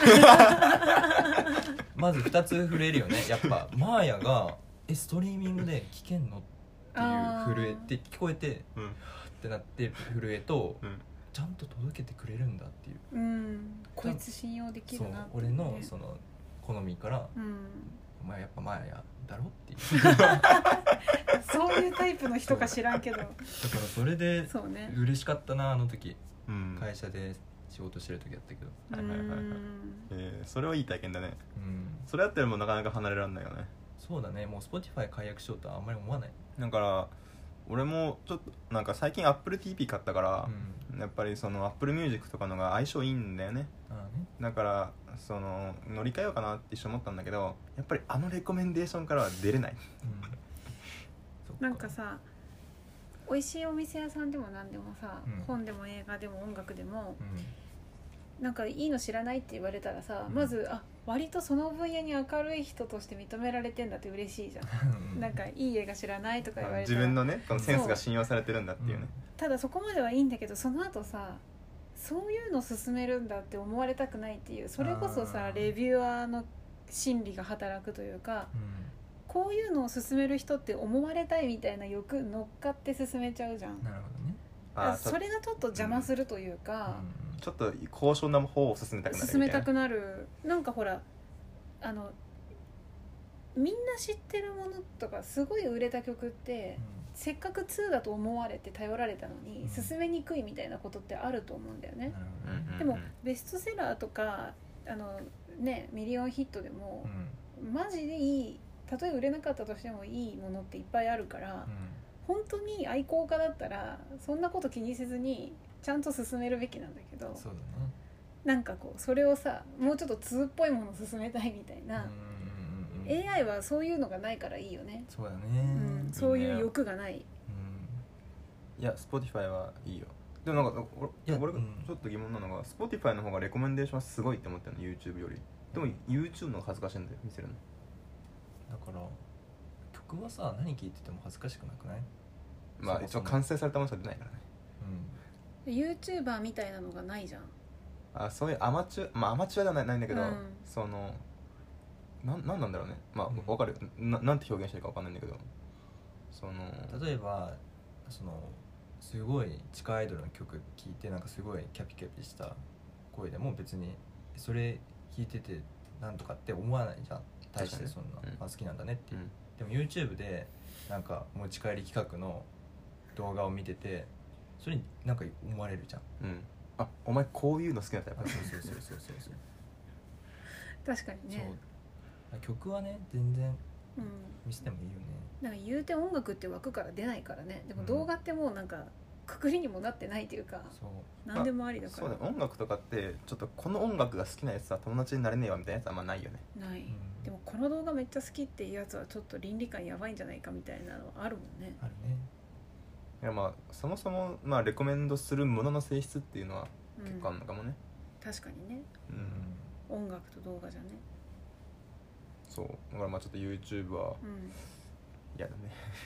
まずふたつ震えるよねやっぱマーヤがえストリーミングで聞けんのっていう震えって聞こえてあうんってなって震えと、 うんちゃんと届けてくれるんだっていううんこいつ信用できそうるなって、ね、 俺のその好みからうんお前やっぱマーヤだろっていうそういうタイプの人か知らんけどだからそれでそうね嬉しかったなあの時うん会社で仕事してる時やったけどはいはいはいはいうんえー、それはいい体験だねうんそれやったらもうなかなか離れられないよねそうだねもう Spotify 解約しようとはあんまり思わないだから俺もちょっとなんか最近 Apple ティーブイ 買ったから、 うんやっぱりその Apple Music とかのが相性いいんだよねああねだからその乗り換えようかなって一瞬思ったんだけどやっぱりあのレコメンデーションからは出れないうんそっなんかさ美味しいお店屋さんでも何でもさ、 うん本でも映画でも音楽でもうんなんかいいの知らないって言われたらさ、 うんまずあ割とその分野に明るい人として認められてんだって嬉しいじゃんなんかいい映画知らないとか言われたら自分のねこのセンスが信用されてるんだっていうねただそこまではいいんだけどその後さそういうの勧めるんだって思われたくないっていうそれこそさあーレビュアーの心理が働くというかこういうのを勧める人って思われたいみたいな欲乗っかって勧めちゃうじゃんうんなるほどねあーそれがちょっと邪魔するというか、 ちょっと高尚な方を進めたくなるみたいな進めたくなるなんかほらあのみんな知ってるものとかすごい売れた曲ってせっかくツーだと思われて頼られたのにうん進めにくいみたいなことってあると思うんだよねな、るほどねうんでもベストセラーとかあのねミリオンヒットでもう、んマジでいいたとえ売れなかったとしてもいいものっていっぱいあるから、本当に愛好家だったらそんなこと気にせずにちゃんと進めるべきなんだけどうんそうだねなんかこうそれをさもうちょっと通っぽいものを進めたいみたいな、 うんうんうんうんエーアイ はそういうのがないからいいよね、 そうだねうん、そういう欲がないうんいや Spotify はいいよでもなんか俺いや俺がうんちょっと疑問なのが Spotify の方がレコメンデーションはすごいって思ってるの YouTube よりでも YouTube の方が恥ずかしいんだよ見せるのだから曲はさ何聴いてても恥ずかしくなくないまあそもそも一応完成されたものしか出ないからねうんで YouTuber みたいなのがないじゃんあそういうアマチュアまあアマチュアではないないんだけど、 うんそのなんなんなんだろうねまあうん分かるよななんて表現してるか分かんないんだけどその例えばそのすごい地下アイドルの曲聴いてなんかすごいキャピキャピした声でも別にそれ聴いててなんとかって思わないじゃん大してそんな、 確かにねまあ、好きなんだねっていう、 うんでも YouTube でなんか持ち帰り企画の動画を見ててそれになんか思われるじゃんうんあお前こういうの好きなタイプあそうそうそうそうそうそう確かにねそう曲はね全然うん見せてもいいよねなんか言うて音楽って枠から出ないからねでもうん動画ってもうなんかくくりにもなってないというかそう何でもありだかそうらだ音楽とかってちょっとこの音楽が好きなやつは友達になれねえわみたいなやつはあんまないよねない、 うんでもこの動画めっちゃ好きっていうやつはちょっと倫理観やばいんじゃないかみたいなのはあるもんねあるねいやまあそもそもまあレコメンドするものの性質っていうのはうん結構あるのかもね確かにねうん、 音楽と動画じゃねそうだからまあちょっと YouTube はうん嫌だね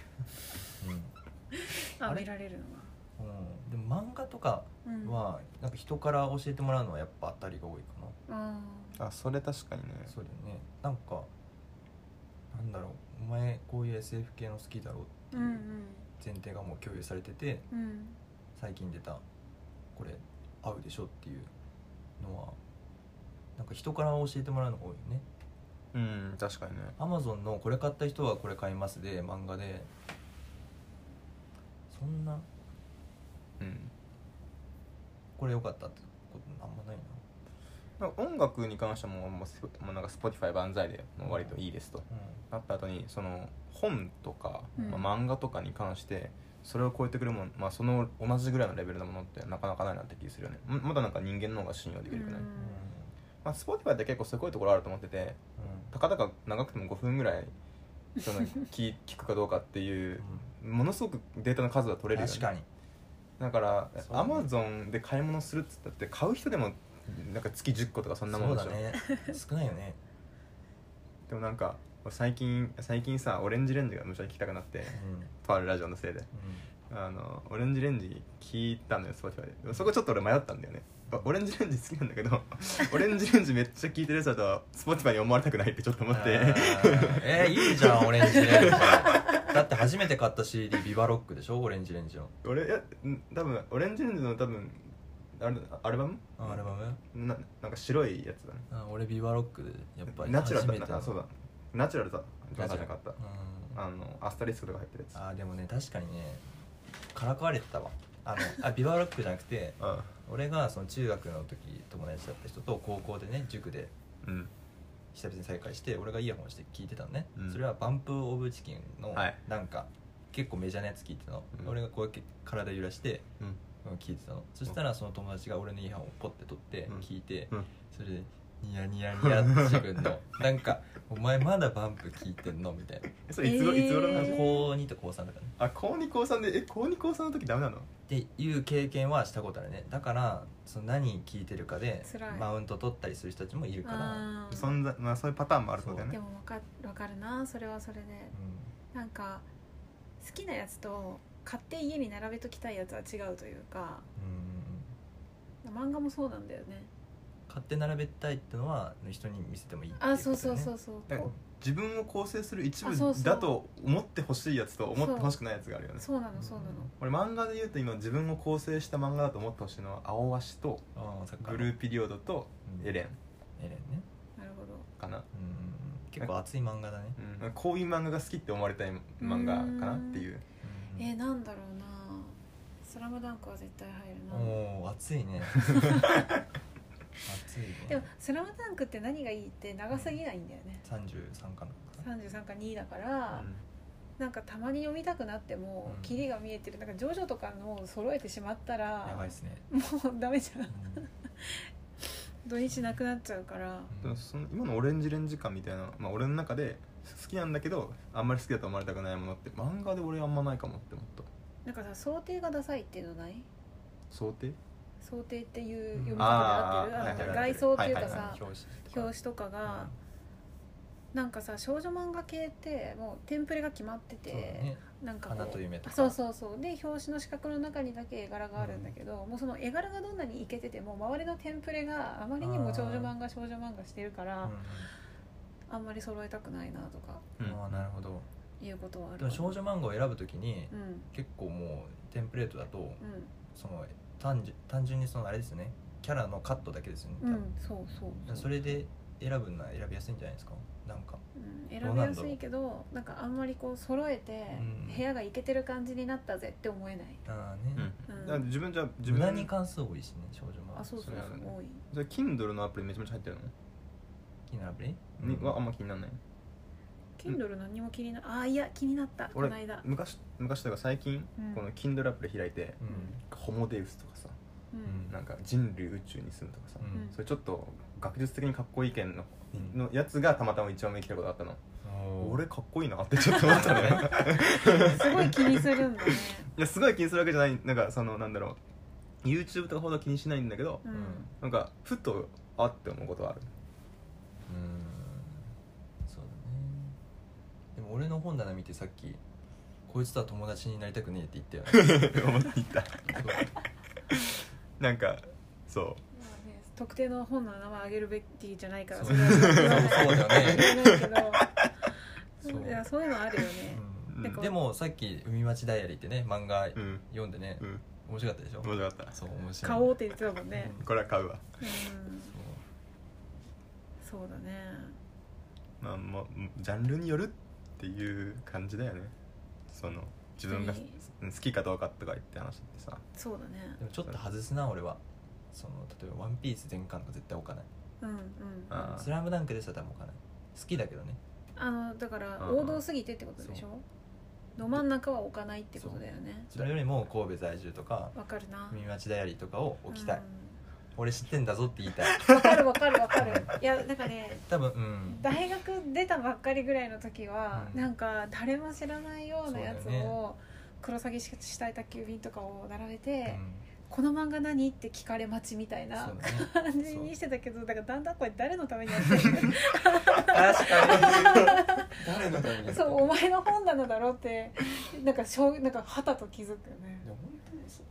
うんああれ見られるのうん、でも漫画とかがうんはなんか人から教えてもらうのはやっぱ当たりが多いかな、 ああそれ確かにねそうだよねなんかなんだろうお前こういう エスエフ 系の好きだろうってーうんいう前提がもう共有されてて、 うんうん最近出たこれ合うでしょっていうのはなんか人から教えてもらうのが多いよねうん確かにね Amazon のこれ買った人はこれ買いますで漫画でそんなうんこれ良かったってことあんまないななんか音楽に関してももうスもうなんか Spotify 万歳でもう割といいですと、 うなった後にその本とか、 うんまあ、漫画とかに関してそれを超えてくるもの、まあ、その同じぐらいのレベルのものってなかなかないなって気するよねままだなんか人間の方が信用できるくない、 うんまあ、Spotify って結構すごいところあると思っててたかだか長くてもごふんぐらいその聞聞くかどうかっていうものすごくデータの数が取れるよね確かにだからそうね Amazon で買い物するっつったって買う人でもなんか月じゅっことかそんなもんでしょそうだね少ないよね、 でもなんか最近最近さオレンジレンジがむちゃ聞きたくなってうんとあるラジオのせいでうあのオレンジレンジ聞いたのよ Spotify ででもそこちょっと俺迷ったんだよねオレンジレンジ好きなんだけどオレンジレンジめっちゃ聴いてるやつだと Spotify に思われたくないってちょっと思ってえー、いいじゃんオレンジレンジだって初めて買った シーディー ビバロックでしょオレンジレンジの俺いや多分オレンジレンジの多分あれアルバムあアルバムななんか白いやつだねあ俺ビバロックでやっぱりナチュラル初めてだなあそうだナチュラルだナチュラルなかったうんあのアスタリスクとか入ってるやつあでもね確かにねからかわれてたわあのあビバロックじゃなくてあ俺がその中学の時友達だった人と高校でね塾でうん久々に再会して俺がイヤホンして聞いてたのね、 うんそれはバンプオブチキンのはいなんか結構メジャーなやつ聞いてたの、 うん俺がこうやって体揺らしてうんうん聞いてたのそしたらその友達が俺のイヤホンをポッて取ってうん聞いて、 うんそれでニヤニヤニヤって自分のなんかお前まだバンプ聞いてんのみたいなえそれいつご、 えーいつ頃なの高にと高さんだからねあ高に高さんでえ高に高さんの時ダメなのっていう経験はしたことあるねだからその何聞いてるかで辛いマウント取ったりする人たちもいるから、 あー存在まあそういうパターンもあるそうだよねでも分か分かるなそれはそれでうなんか好きなやつと買って家に並べときたいやつは違うというかんうん漫画もそうなんだよね買って並べたいってのは人に見せてもいいっていうあことだよねそうそうそうそうなんか自分を構成する一部あそうそうだと思ってほしいやつと思ってほしくないやつがあるよねそうなのそうなの俺漫画で言うと今自分を構成した漫画だと思ってほしいのは青鷲とああサッカーのブルーピリオドとうんエレンエレンねなるほどかな、 うん結構熱い漫画だねうん、こういう漫画が好きって思われたい漫画かなっていううんえー、なんだろうなスラムダンクは絶対入るなおお熱いね熱いねでもスラムダンクって何がいいって長すぎないんだよねさんじゅうさんかなさんじゅうさんかにだから、なんかたまに読みたくなっても、 うんキリが見えてるなんかジョジョとかの揃えてしまったらやばいっすねもうダメじゃんうん土日なくなっちゃうからでもその今のオレンジレンジ感みたいな、まあ、俺の中で好きなんだけどあんまり好きだと思われたくないものって漫画で俺あんまないかもって思ったなんかさ想定がダサいっていうのない想定想定っていう読み方であー合ってるあのはいはいはい外装っていうかはいはいさ表紙表紙とかがなんかさ少女漫画系ってもうテンプレが決まってそうだて、 ねなんかこう花と夢とかそうそうそうで表紙の四角の中にだけ絵柄があるんだけど、もうその絵柄がどんなにイケてても周りのテンプレがあまりにも少女漫画少女漫画してるからあんまり揃えたくないなとかうんうんああなるほどいうことはあるでも少女漫画を選ぶときにうん結構もうテンプレートだとうその単純単純にそのあれですよねキャラのカットだけですよねん、うん多分、 そうそうそうそれで選ぶのは選びやすいんじゃないですかなんかうん、選びやすいけどなんかあんまりこう揃えてうん部屋がイケてる感じになったぜって思えない、 ああうんね、 うんだから自分じゃ自無駄分に関数多いしね少女漫画あそうそうそうそれあるね多いじゃあ Kindle のアプリめちゃめちゃ入ってるの、 気になるアプリにはあんま気にならない Kindle 何も気になああいや気になったこ俺の間昔昔というか最近、 うんこの Kindle アプリ開いて、 うんホモデウスとかさうんなんか人類宇宙に住むとかさ、 うんそれちょっと学術的にかっこいい件の,、 うんのやつがたまたま一番目に来たことがあったの、 おー俺かっこいいなってちょっと思ったねすごい気にするんだねいやすごい気にするわけじゃないなんかそのなんだろう YouTube とかほど気にしないんだけど、 うん、 なんかふとあって思うことはあるうんそうだねでも俺の本棚見てさっきこいつとは友達になりたくねえって言ったよね思っていたなんかそうまあね、特定の本の名前あげるべきじゃないからそうれは言わないそうそうだよね言えないけどそういやそういうのあるよね、 うんなんかでもさっき「海町ダイアリー」ってね漫画うん読んでね、 うん面白かったでしょ面白かったそう面白い買おうって言ってたもんね、 これは買うわうん、 そうそうだねまあもうジャンルによるっていう感じだよねその自分が人に好きかどうかとか言って話ってさそうだねでもちょっと外すな俺はその例えば「ワンピース全巻とか絶対置かないうんうんあ 「スラムダンクでしたら多分置かない好きだけどねあのだからうん王道すぎてってことでしょど真ん中は置かないってことだよねそれよりも神戸在住とかわかるな海町ダイアリーとかを置きたい、 う俺知ってんだぞって言いたいんわかるわかるわかるいやなんかね多分うん大学出たばっかりぐらいの時は、 うんなんか誰も知らないようなやつそうだよを、クロサギしたい宅急便とかを並べて、 うんこの漫画何って聞かれ待ちみたいなそうだね感じにしてたけどだからだんだんこれ誰のためにやってる確かに誰のためにそうお前の本棚だろってなんかしょうなんかはたと気づくよねでも本当にそうだよね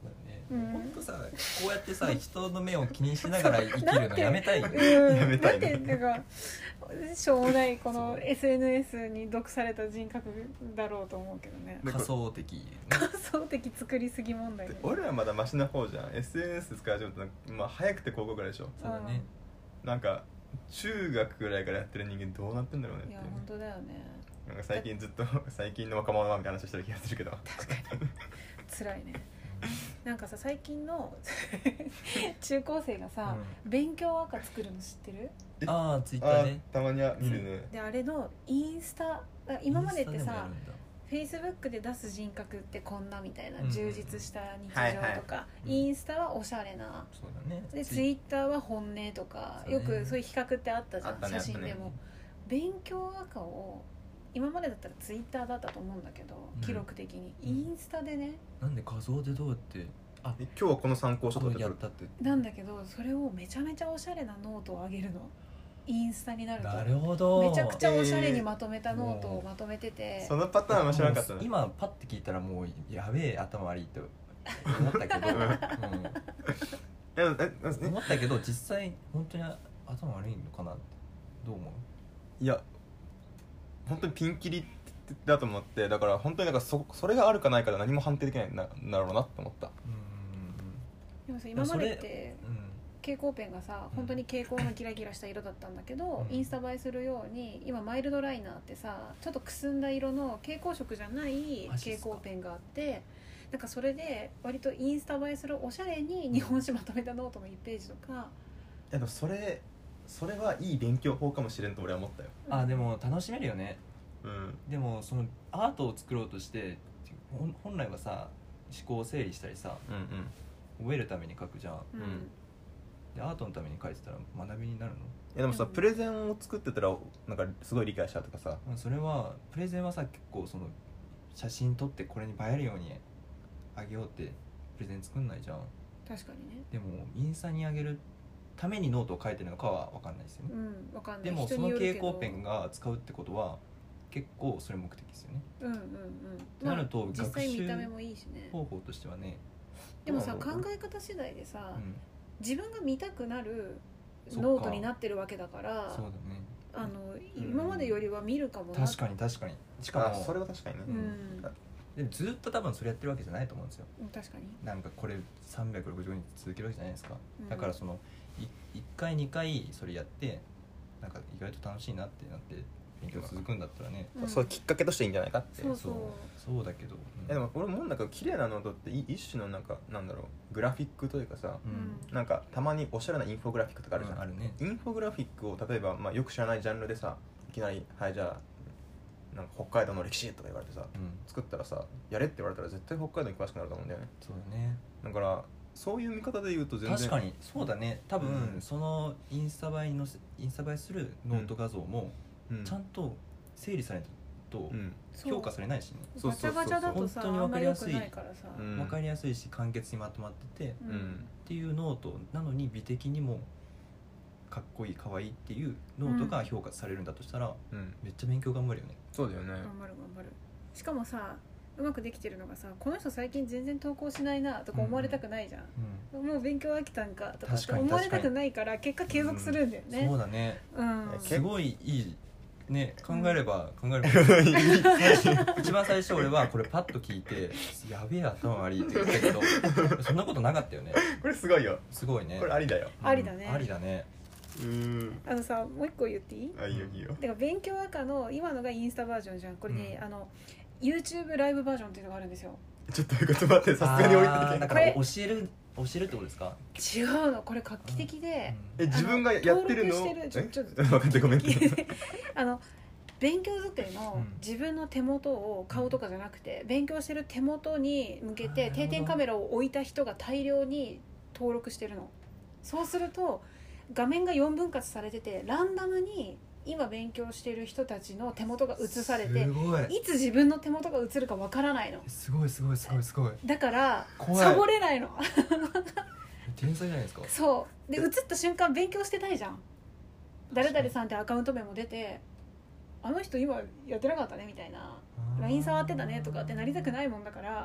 うんほんとさこうやってさ人の目を気にしながら生きるのやめたいよね。 うんやめたいねなんてなんかしょうもないこの エスエヌエス に毒された人格だろうと思うけどね。 仮想的仮想的作りすぎ問題ね。 俺らまだマシな方じゃん。 エスエヌエス 使い始めたの、まあ、早くて高校ぐらいでしょ。 そうだね。 なんか中学ぐらいからやってる人間どうなってんだろうねっていうね。 いや本当だよね。 なんか最近ずっと最近の若者はみたいな話してる気がするけど確かに辛いね。なんかさ最近の中高生がさ、 うん勉強赤作るの知ってる？ ああツイッタあーね。 たまには見るね。 であれのインスタ今までってインスタでもやさるんだフェイスブックで出す人格ってこんなみたいな、 うん充実した日常とか、 はいはいうんインスタはおしゃれなそうだね。 でツイッターは本音とか、 そうねよくそういう比較ってあったじゃん、 あったね写真でも、 あったね勉強赤を今までだったらツイッターだったと思うんだけど、 うん記録的にうんインスタでね、 なんで画像でどうやってあえ今日はこの参考書とかやったってなんだけどそれをめちゃめちゃおしゃれなノートを上げるの、インスタになるとなるほど。 めちゃくちゃおしゃれにまとめたノートをまとめてて、 そのパターンは知らなかったね。 もう今パッて聞いたらもうやべえ頭悪いって思ったけど、うんいやええ思ったけど実際本当に頭悪いのかなってどう思う？ いや本当にピンキリだと思って、だから本当になんか そ, それがあるかないかで何も判定できないんだなろうなって思った。 でもさ今までってうん蛍光ペンがさうん本当に蛍光のギラギラした色だったんだけど、 うんインスタ映えするように今マイルドライナーってさちょっとくすんだ色の蛍光色じゃない蛍マジっすか光ペンがあって、なんかそれで割とインスタ映えするおしゃれに日本史まとめたノートのいちページとか、 いやでもそれそれはいい勉強法かもしれんと俺は思ったよ。 あでも楽しめるよね。 うんでもそのアートを作ろうとしてほん本来はさ思考を整理したりさうんうん覚えるために書くじゃん。 うんうんでアートのために書いてたら学びになるの？ いやでもさ、 うんプレゼンを作ってたらなんかすごい理解したとかさ、 まあそれはプレゼンはさ結構その写真撮ってこれに映えるようにあげようってプレゼン作んないじゃん。 確かにね。 でもインスタにあげるためにノートを書いてるのかは分かんないですよね。 うんわかんない。 でも人その蛍によるけど光ペンが使うってことは結構それ目的ですよね。 うんうんうん。 となるとまあ実際学習見た目もいいしね。 方法としてはね、 でもさ考どうなのえ方次第でさ、 うん、 自分が見たくなるそっかノートになってるわけだからそうだね。 あの今までよりは見るかもな。 確かに確かに。しかもあそれは確かにね、 うんでもずっと多分それやってるわけじゃないと思うんですよ。 うん確かに。 なんかこれさんびゃくろくじゅうごにち続けるわけじゃないですか。 うんだからそのいいっかいにかいそれやってなんか意外と楽しいなってなって勉強続くんだったらね、 うんそうきっかけとしていいんじゃないかって。 そうそうそうだけど、うんいやでも俺思うんだけど綺麗なノートってい一種のなんかなんだろうグラフィックというかさ、 うんなんかたまにおしゃれなインフォグラフィックとかあるじゃん、 うんあるね。 インフォグラフィックを例えば、まあ、よく知らないジャンルでさいきなり「はいじゃあなんか北海道の歴史」とか言われてさうん作ったらさやれって言われたら絶対北海道に詳しくなると思うんだよね。 そうだね。 だからそういう見方で言うと全然確かにそうだね。多分、 うんそのインスタ映えのインスタ映えするノート画像もうんちゃんと整理されないとうんそう評価されないしね。 そうガチャガチャだとさ本当にあんま良くわかりやすいないからさ。 うん分かりやすいし簡潔にまとまってて、っううんんていうノートなのに美的にもかっこいい可愛いっていうノートが評価されるんだとしたら、 うんめっちゃ勉強頑張るよね。 そうだよね。 頑張る頑張る。しかもさうまくできてるのがさこの人最近全然投稿しないなとか思われたくないじゃん、もう勉強飽きたんかとかって確かに思われたくないから結果継続するんだよね。 そうだね。 うんえすごいいいね考えれば、考えれば一番最初俺はこれパッと聞いてやべえ頭悪いって言ったけどそんなことなかったよね。 これすごいよ。 すごいね。 これありだよ。 うんありだねありだね。 うんあのさもう一個言っていい？ あいいよいいよ。 だから勉強赤の今のがインスタバージョンじゃん。これね、 うんあの YouTube ライブバージョンっていうのがあるんですよ。 ちょっと言葉ってさすがに置いあーてけだから教える教えるってことですか？ 違うのこれ画期的で、 え自分がやってるの登録してるちょちょえ分かってごめんあの勉強机のうん自分の手元を顔とかじゃなくて、勉強してる手元に向けてあーなるほど定点カメラを置いた人が大量に登録してるの。そうすると画面がよんぶん割されててランダムに今勉強してる人たちの手元が映されてすごいいつ自分の手元が映るかわからないの。 すごいすごいすごいすごいだから怖いサボれないの天才じゃないですか。 そうで映った瞬間勉強してないじゃん。誰々さんってアカウント名も出てあの人今やってなかったねみたいな ライン 触ってたねとかってなりたくないもんだから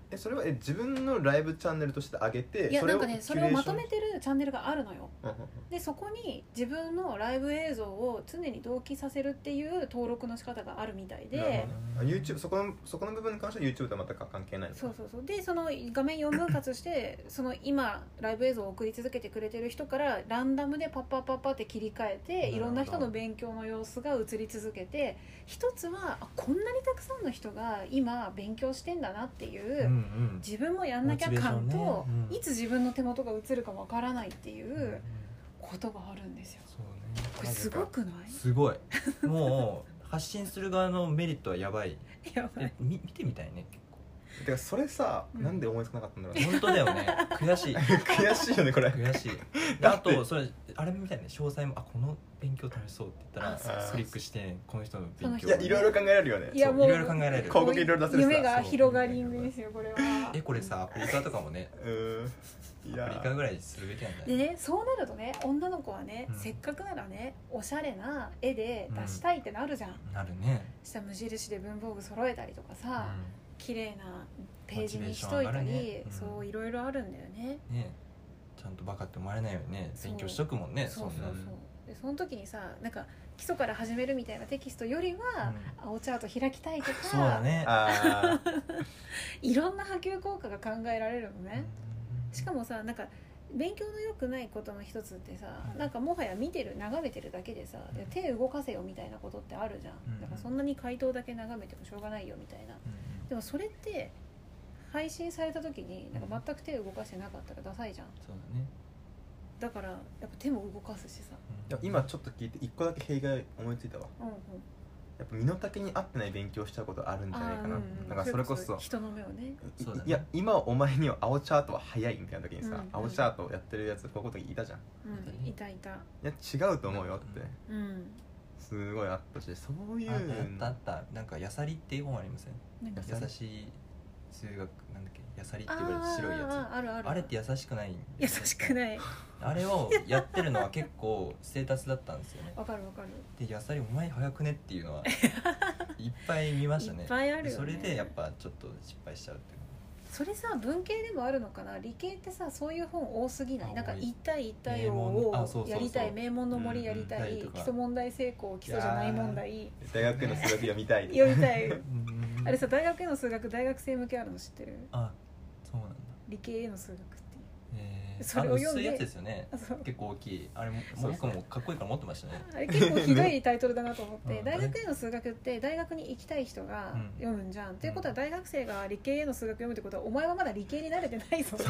えそれはえ自分のライブチャンネルとして上げていやなんかねキそれをュレーションまとめてるチャンネルがあるのよ。 うんうんでそこに自分のライブ映像を常に同期させるっていう登録の仕方があるみたいなるで、 ほどあ YouTube そこのそこの部分に関しては YouTube とは全く関係ないのかそうそうそうでその画面よんぶん割してその今ライブ映像を送り続けてくれてる人からランダムでパッパッパッパって切り替えてなるほどいろんな人の勉強の様子が映り続けて、一つはあこんなにたくさんの人が今勉強してんだなっていう、 うんうん自分もやんなきゃ感と、 モチベーションねうんいつ自分の手元が映るかわからないっていうことがあるんですよ。 そうねこれすごくない？ すごいもう発信する側のメリットはやばいやばいえみ見てみたいね結構てかそれさ、 うんなんで思いつかなかったんだろうね本当だよね悔しい悔しいよねこれ悔しいであとそれあれみたいね詳細もあこの勉強楽しそうって言ったあそうらそうクリックしてこの人の勉その人強いやいろいろ考えられるよねそういやもういろいろ考えられる広告いろいろ出せるさ夢が広がりんぐですよこれは。 えこれさアプリカとかもねうーんいやアプリカぐらいするべきなんだでよねそうなるとね女の子はね、 うんせっかくならねおしゃれな絵で出したいってなるじゃん、 なるねした無印で文房具揃えたりとかさ、 う綺麗なページにしといたり、 モチベーション上がるねうんそういろいろあるんだよね。 んねちゃんとバカって思われないようにねそう勉強しとくもんねそうそうそうそんなでその時にさなんか基礎から始めるみたいなテキストよりは、青チャート開きたいとかそうだねあいろんな波及効果が考えられるのね、 うんしかもさなんか勉強の良くないことの一つってさ、 うんなんかもはや見てる眺めてるだけでさ、 うんいや手動かせよみたいなことってあるじゃん、 うんだからそんなに回答だけ眺めてもしょうがないよみたいな。 うんでもそれって配信された時になんか全く手動かしてなかったらダサいじゃん。 そうだねだからやっぱ手も動かすしさ、 ーでも今ちょっと聞いて一個だけ弊害思いついたわうんうん、 やっぱ身の丈に合ってない勉強しちゃうことあるんじゃないかな、 あーうんうんだからそれこそ人の目をね、 いそうだねいや今お前には青チャートは早いみたいな時にさ、 うんうん青チャートやってるやつ高校の時いたじゃんうん、いたいた、 いや違うと思うよってうん、 すごいあったしそういうあったあったあったなんかヤサリっていう本ありませんなんかやさ優しい数学なんだっけヤサリって言われる白いやあーあるあるつあれって優しくないん優しくないあれをやってるのは結構ステータスだったんですよねわかるわかるでヤサリお前早くねっていうのはいっぱい見ましたねいっぱいあるよねでそれでやっぱちょっと失敗しちゃうっていうそれさ文系でもあるのかな。理系ってさそういう本多すぎない？ あなんか多い一対一対名門あそうそうそうをやりたい、名門の森やりたい、 うんうん基礎問題成功基礎じゃない問題大学への数学読みたい読みたいうんあれさ大学への数学大学生向けあるの知ってる？ あそうなんだ理系への数学っていうえー、 それを読んであの薄いやつですよねあそう結構大きいあれもそうそう僕もかっこいいから持ってましたねあれ結構ひどいタイトルだなと思って、 うん大学への数学って大学に行きたい人がうん読むんじゃん、っていうことは大学生が理系への数学読むってことはお前はまだ理系に慣れてないぞ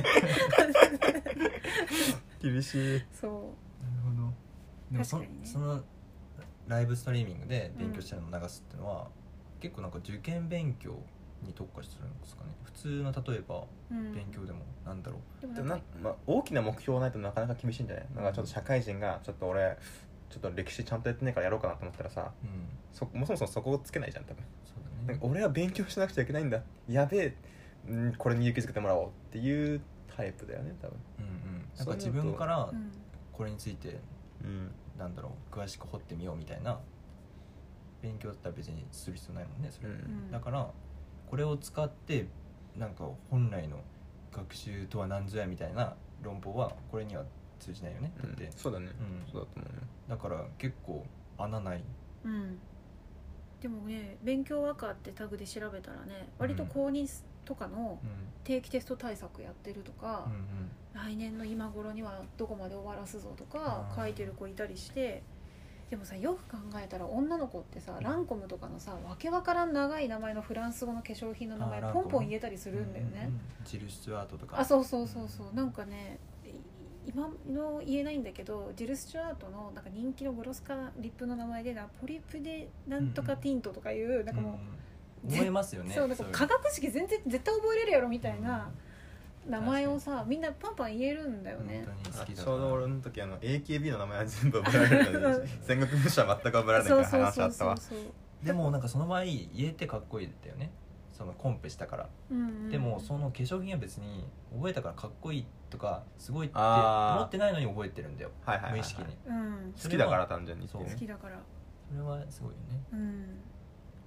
厳しいそうなるほどでもそ,、 確かにねそのライブストリーミングで勉強してるのを流すっていうのは、結構なんか受験勉強に特化してるんですかね普通の例えばうん勉強でもなんだろう、 でもなでもなんか、 まあ、大きな目標ないとなかなか厳しいんじゃないなんかちょっと社会人がちょっと俺ちょっと歴史ちゃんとやってないからやろうかなと思ったらさうんそもそもそこをつけないじゃん多分そうだねなんか俺は勉強しなくちゃいけないんだやべえ、うん、これに勇気づけてもらおうっていうタイプだよね多分うんうんなんかそういうのと自分からうんこれについてうんなんだろう詳しく掘ってみようみたいな勉強だったら別にする必要ないもんねそれ、 うんだからこれを使ってなんか本来の学習とは何ぞやみたいな論法はこれには通じないよねだって、 うんそうだね、 うんそうだと思うよだから結構穴ないうん、でもね勉強和歌ってタグで調べたらね割と高にとかのうん定期テスト対策やってるとかうん、うん来年の今頃にはどこまで終わらすぞとかあー書いてる子いたりして、でもさよく考えたら女の子ってさランコムとかのさわけわからん長い名前のフランス語の化粧品の名前あーランコムポンポン言えたりするんだよね、 うんうんうんジル・スチュワートとかあそうそうそうそうなんかねい今の言えないんだけどジル・スチュワートのなんか人気のグロスカリップの名前でナポリプでなんとかティントとかいうなんかもう、 うん、思いますよねそうなんかい科学式全然絶対覚えれるやろみたいな名前をさみんなパンパン言えるんだよね。 本当に好きだちょうど俺の時あの エーケービー の名前は全部覚えられるのに戦国武将は全く覚えられないから話あったわそうでもなんかその場合言えてかっこいいんだよねそのコンペしたから、 うんうん、 でもその化粧品は別に覚えたからかっこいいとかすごいってあー思ってないのに覚えてるんだよはいはいはいはい無意識にうん好きだから単純にっていうそう好きだからそれはすごいよねうん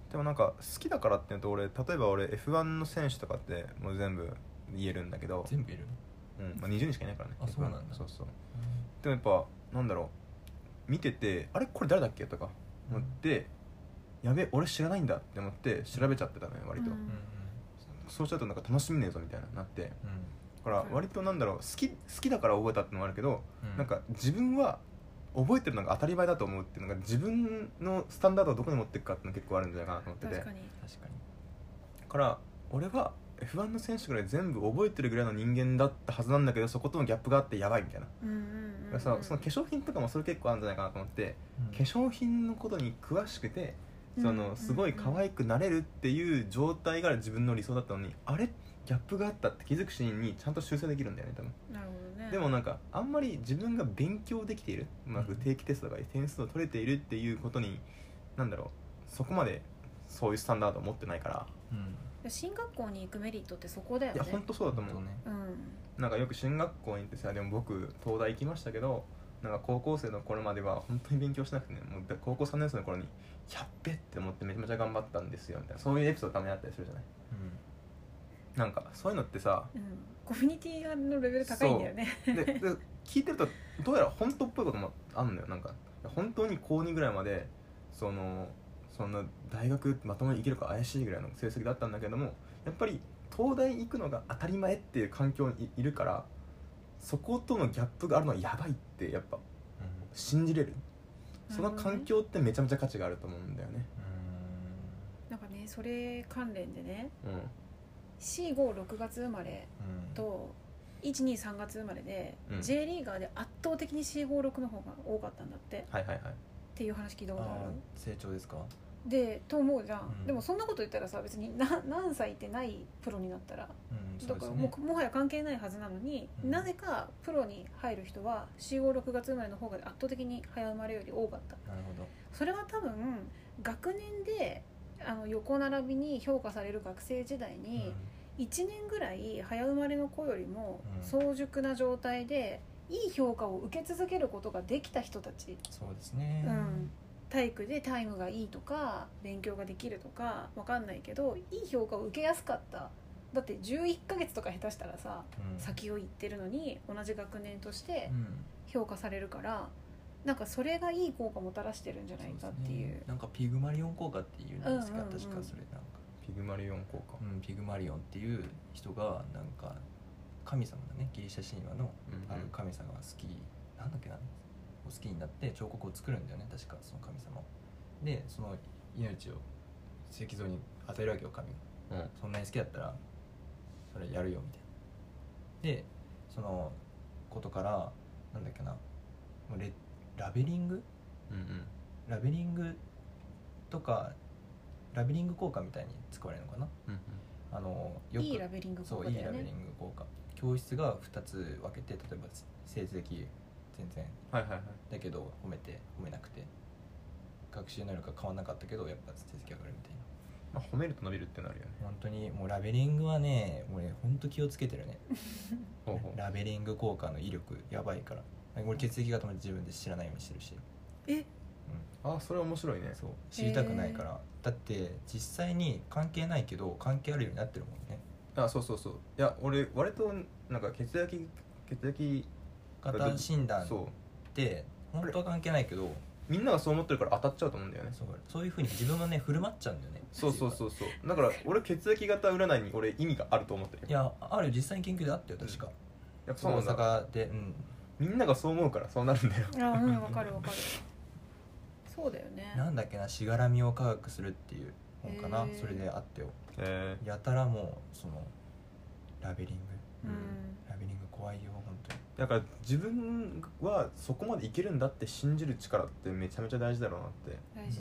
でもなんか好きだからっていうと俺例えば俺 エフワン の選手とかってもう全部言えるんだけど、 全部いるうんまあ、にじゅうにんしかいないからね。 あそうなんだそうそう。でもやっぱなんだろう、見ててあれこれ誰だっけとか思って、うん、やべ俺知らないんだって思って調べちゃってたのよ割と、うん、そうしちゃうとなんか楽しみねえぞみたいななって、うん、だから割となんだろう好き好きだから覚えたってのもあるけど、うん、なんか自分は覚えてるのが当たり前だと思うっていうのが自分のスタンダードをどこに持っていくかっていうのが結構あるんじゃないかなと思ってて、 確かに確かに。 だから俺は エフワン の選手ぐらい全部覚えてるぐらいの人間だったはずなんだけど、そことのギャップがあってやばいみたいな、 うんうんうんうん、 その、その化粧品とかもそれ結構あるんじゃないかなと思って、うん、化粧品のことに詳しくてそのすごい可愛くなれるっていう状態が自分の理想だったのに、あれギャップがあったって気づくシーンにちゃんと修正できるんだよね多分。 なるほどね。 でもなんかあんまり自分が勉強できている、うまく定期テストとかで点数を取れているっていうことになんだろう、そこまでそういうスタンダードを持ってないから、 うん、進学校に行くメリットってそこだよね。 いや本当そうだと思う、ね、うん、なんかよく進学校に行ってさ、でも僕東大行きましたけどなんか高校生の頃までは本当に勉強しなくてね、もう高校さんねん生の頃にやっべって思ってめちゃめちゃ頑張ったんですよみたいな、そういうエピソードたまにあったりするじゃない、うん、なんかそういうのってさ、 うん、コミュニティのレベル高いんだよね。 でで聞いてるとどうやら本当っぽいこともあるのよ。なんか本当に高にぐらいまでそのそんな大学まともに行けるか怪しいぐらいの成績だったんだけども、やっぱり東大行くのが当たり前っていう環境にいるから、そことのギャップがあるのはやばいってやっぱ信じれる、うん、その環境ってめちゃめちゃ価値があると思うんだよね。 うん、なんかねそれ関連でね、 うん、 よん、ご、ろくがつ生まれと、うん、いち、に、さんがつ生まれで、うん、J リーガーで圧倒的によん、ご、ろくの方が多かったんだって、 はいはいはい、 っていう話聞いたことある。 成長ですかでと思うじゃん、 うん、 でもそんなこと言ったらさ別にな何歳ってないプロになったら、 うん、 だからもうもはや関係ないはずなのに、うん、なぜかプロに入る人はよん、ご、ろくがつ生まれの方が圧倒的に早生まれより多かった。 なるほど。 それは多分学年であの横並びに評価される学生時代に、うん、いちねんぐらい早生まれの子よりも早熟な状態でいい評価を受け続けることができた人たち、 そうですね、 うん、体育でタイムがいいとか勉強ができるとかわかんないけどいい評価を受けやすかった。だってじゅういっかげつとか下手したらさ、うん、先を行ってるのに同じ学年として評価されるから、うん、なんかそれがいい効果をもたらしてるんじゃないかっていう、 ね、なんかピグマリオン効果っていうんですか、うんうんうん、確かそれなんかピグマリオン効果、 うん、ピグマリオンっていう人がなんか神様だね、ギリシャ神話のある神様が好き、うんうん、なんだっけな好きになって彫刻を作るんだよね確かその神様で、その命を石像に与えるわけよ神が、うん、そんなに好きだったらそれやるよみたいな。でそのことからなんだっけなレラベリング、うんうん、ラベリングとかラベリング効果みたいに使われるのかな、うんうん、あのよくいいラベリング効果だよね。 そういいラベリング効果、教室がふたつ分けて、例えば成績全然、 はいはいはい、 だけど褒めて褒めなくて学習能力が変わらなかったけどやっぱ成績上がるみたいな、 まあ、褒めると伸びるってなるよね。 本当にもうラベリングはね俺本当気をつけてるねほうほう、 ラベリング効果の威力やばいから、俺血液型も自分で知らないようにしてるし、 え、 うん、あそれ面白いね。 そう知りたくないから、だって実際に関係ないけど関係あるようになってるもんね。 あそうそうそう、いや俺割となんか血液血液型診断って本当は関係ないけどみんながそう思ってるから当たっちゃうと思うんだよね。 そう、そういう風に自分がね振る舞っちゃうんだよね。 そうそうそうそう、だから俺血液型占いに俺意味があると思ってる。 いやある、実際に研究であったよ確か、うん、 やっぱそうなんだ。 大阪で、うん、 みんながそう思うからそうなるんだよ。 あうん分かる分かるそうだよね。 なんだっけな、しがらみを科学するっていう本かな、それであったよ。やたらもうそのラベリング、うん、ラベリング怖いよ本当に。 だから自分はそこまでいけるんだって信じる力ってめちゃめちゃ大事だろうなって。 大事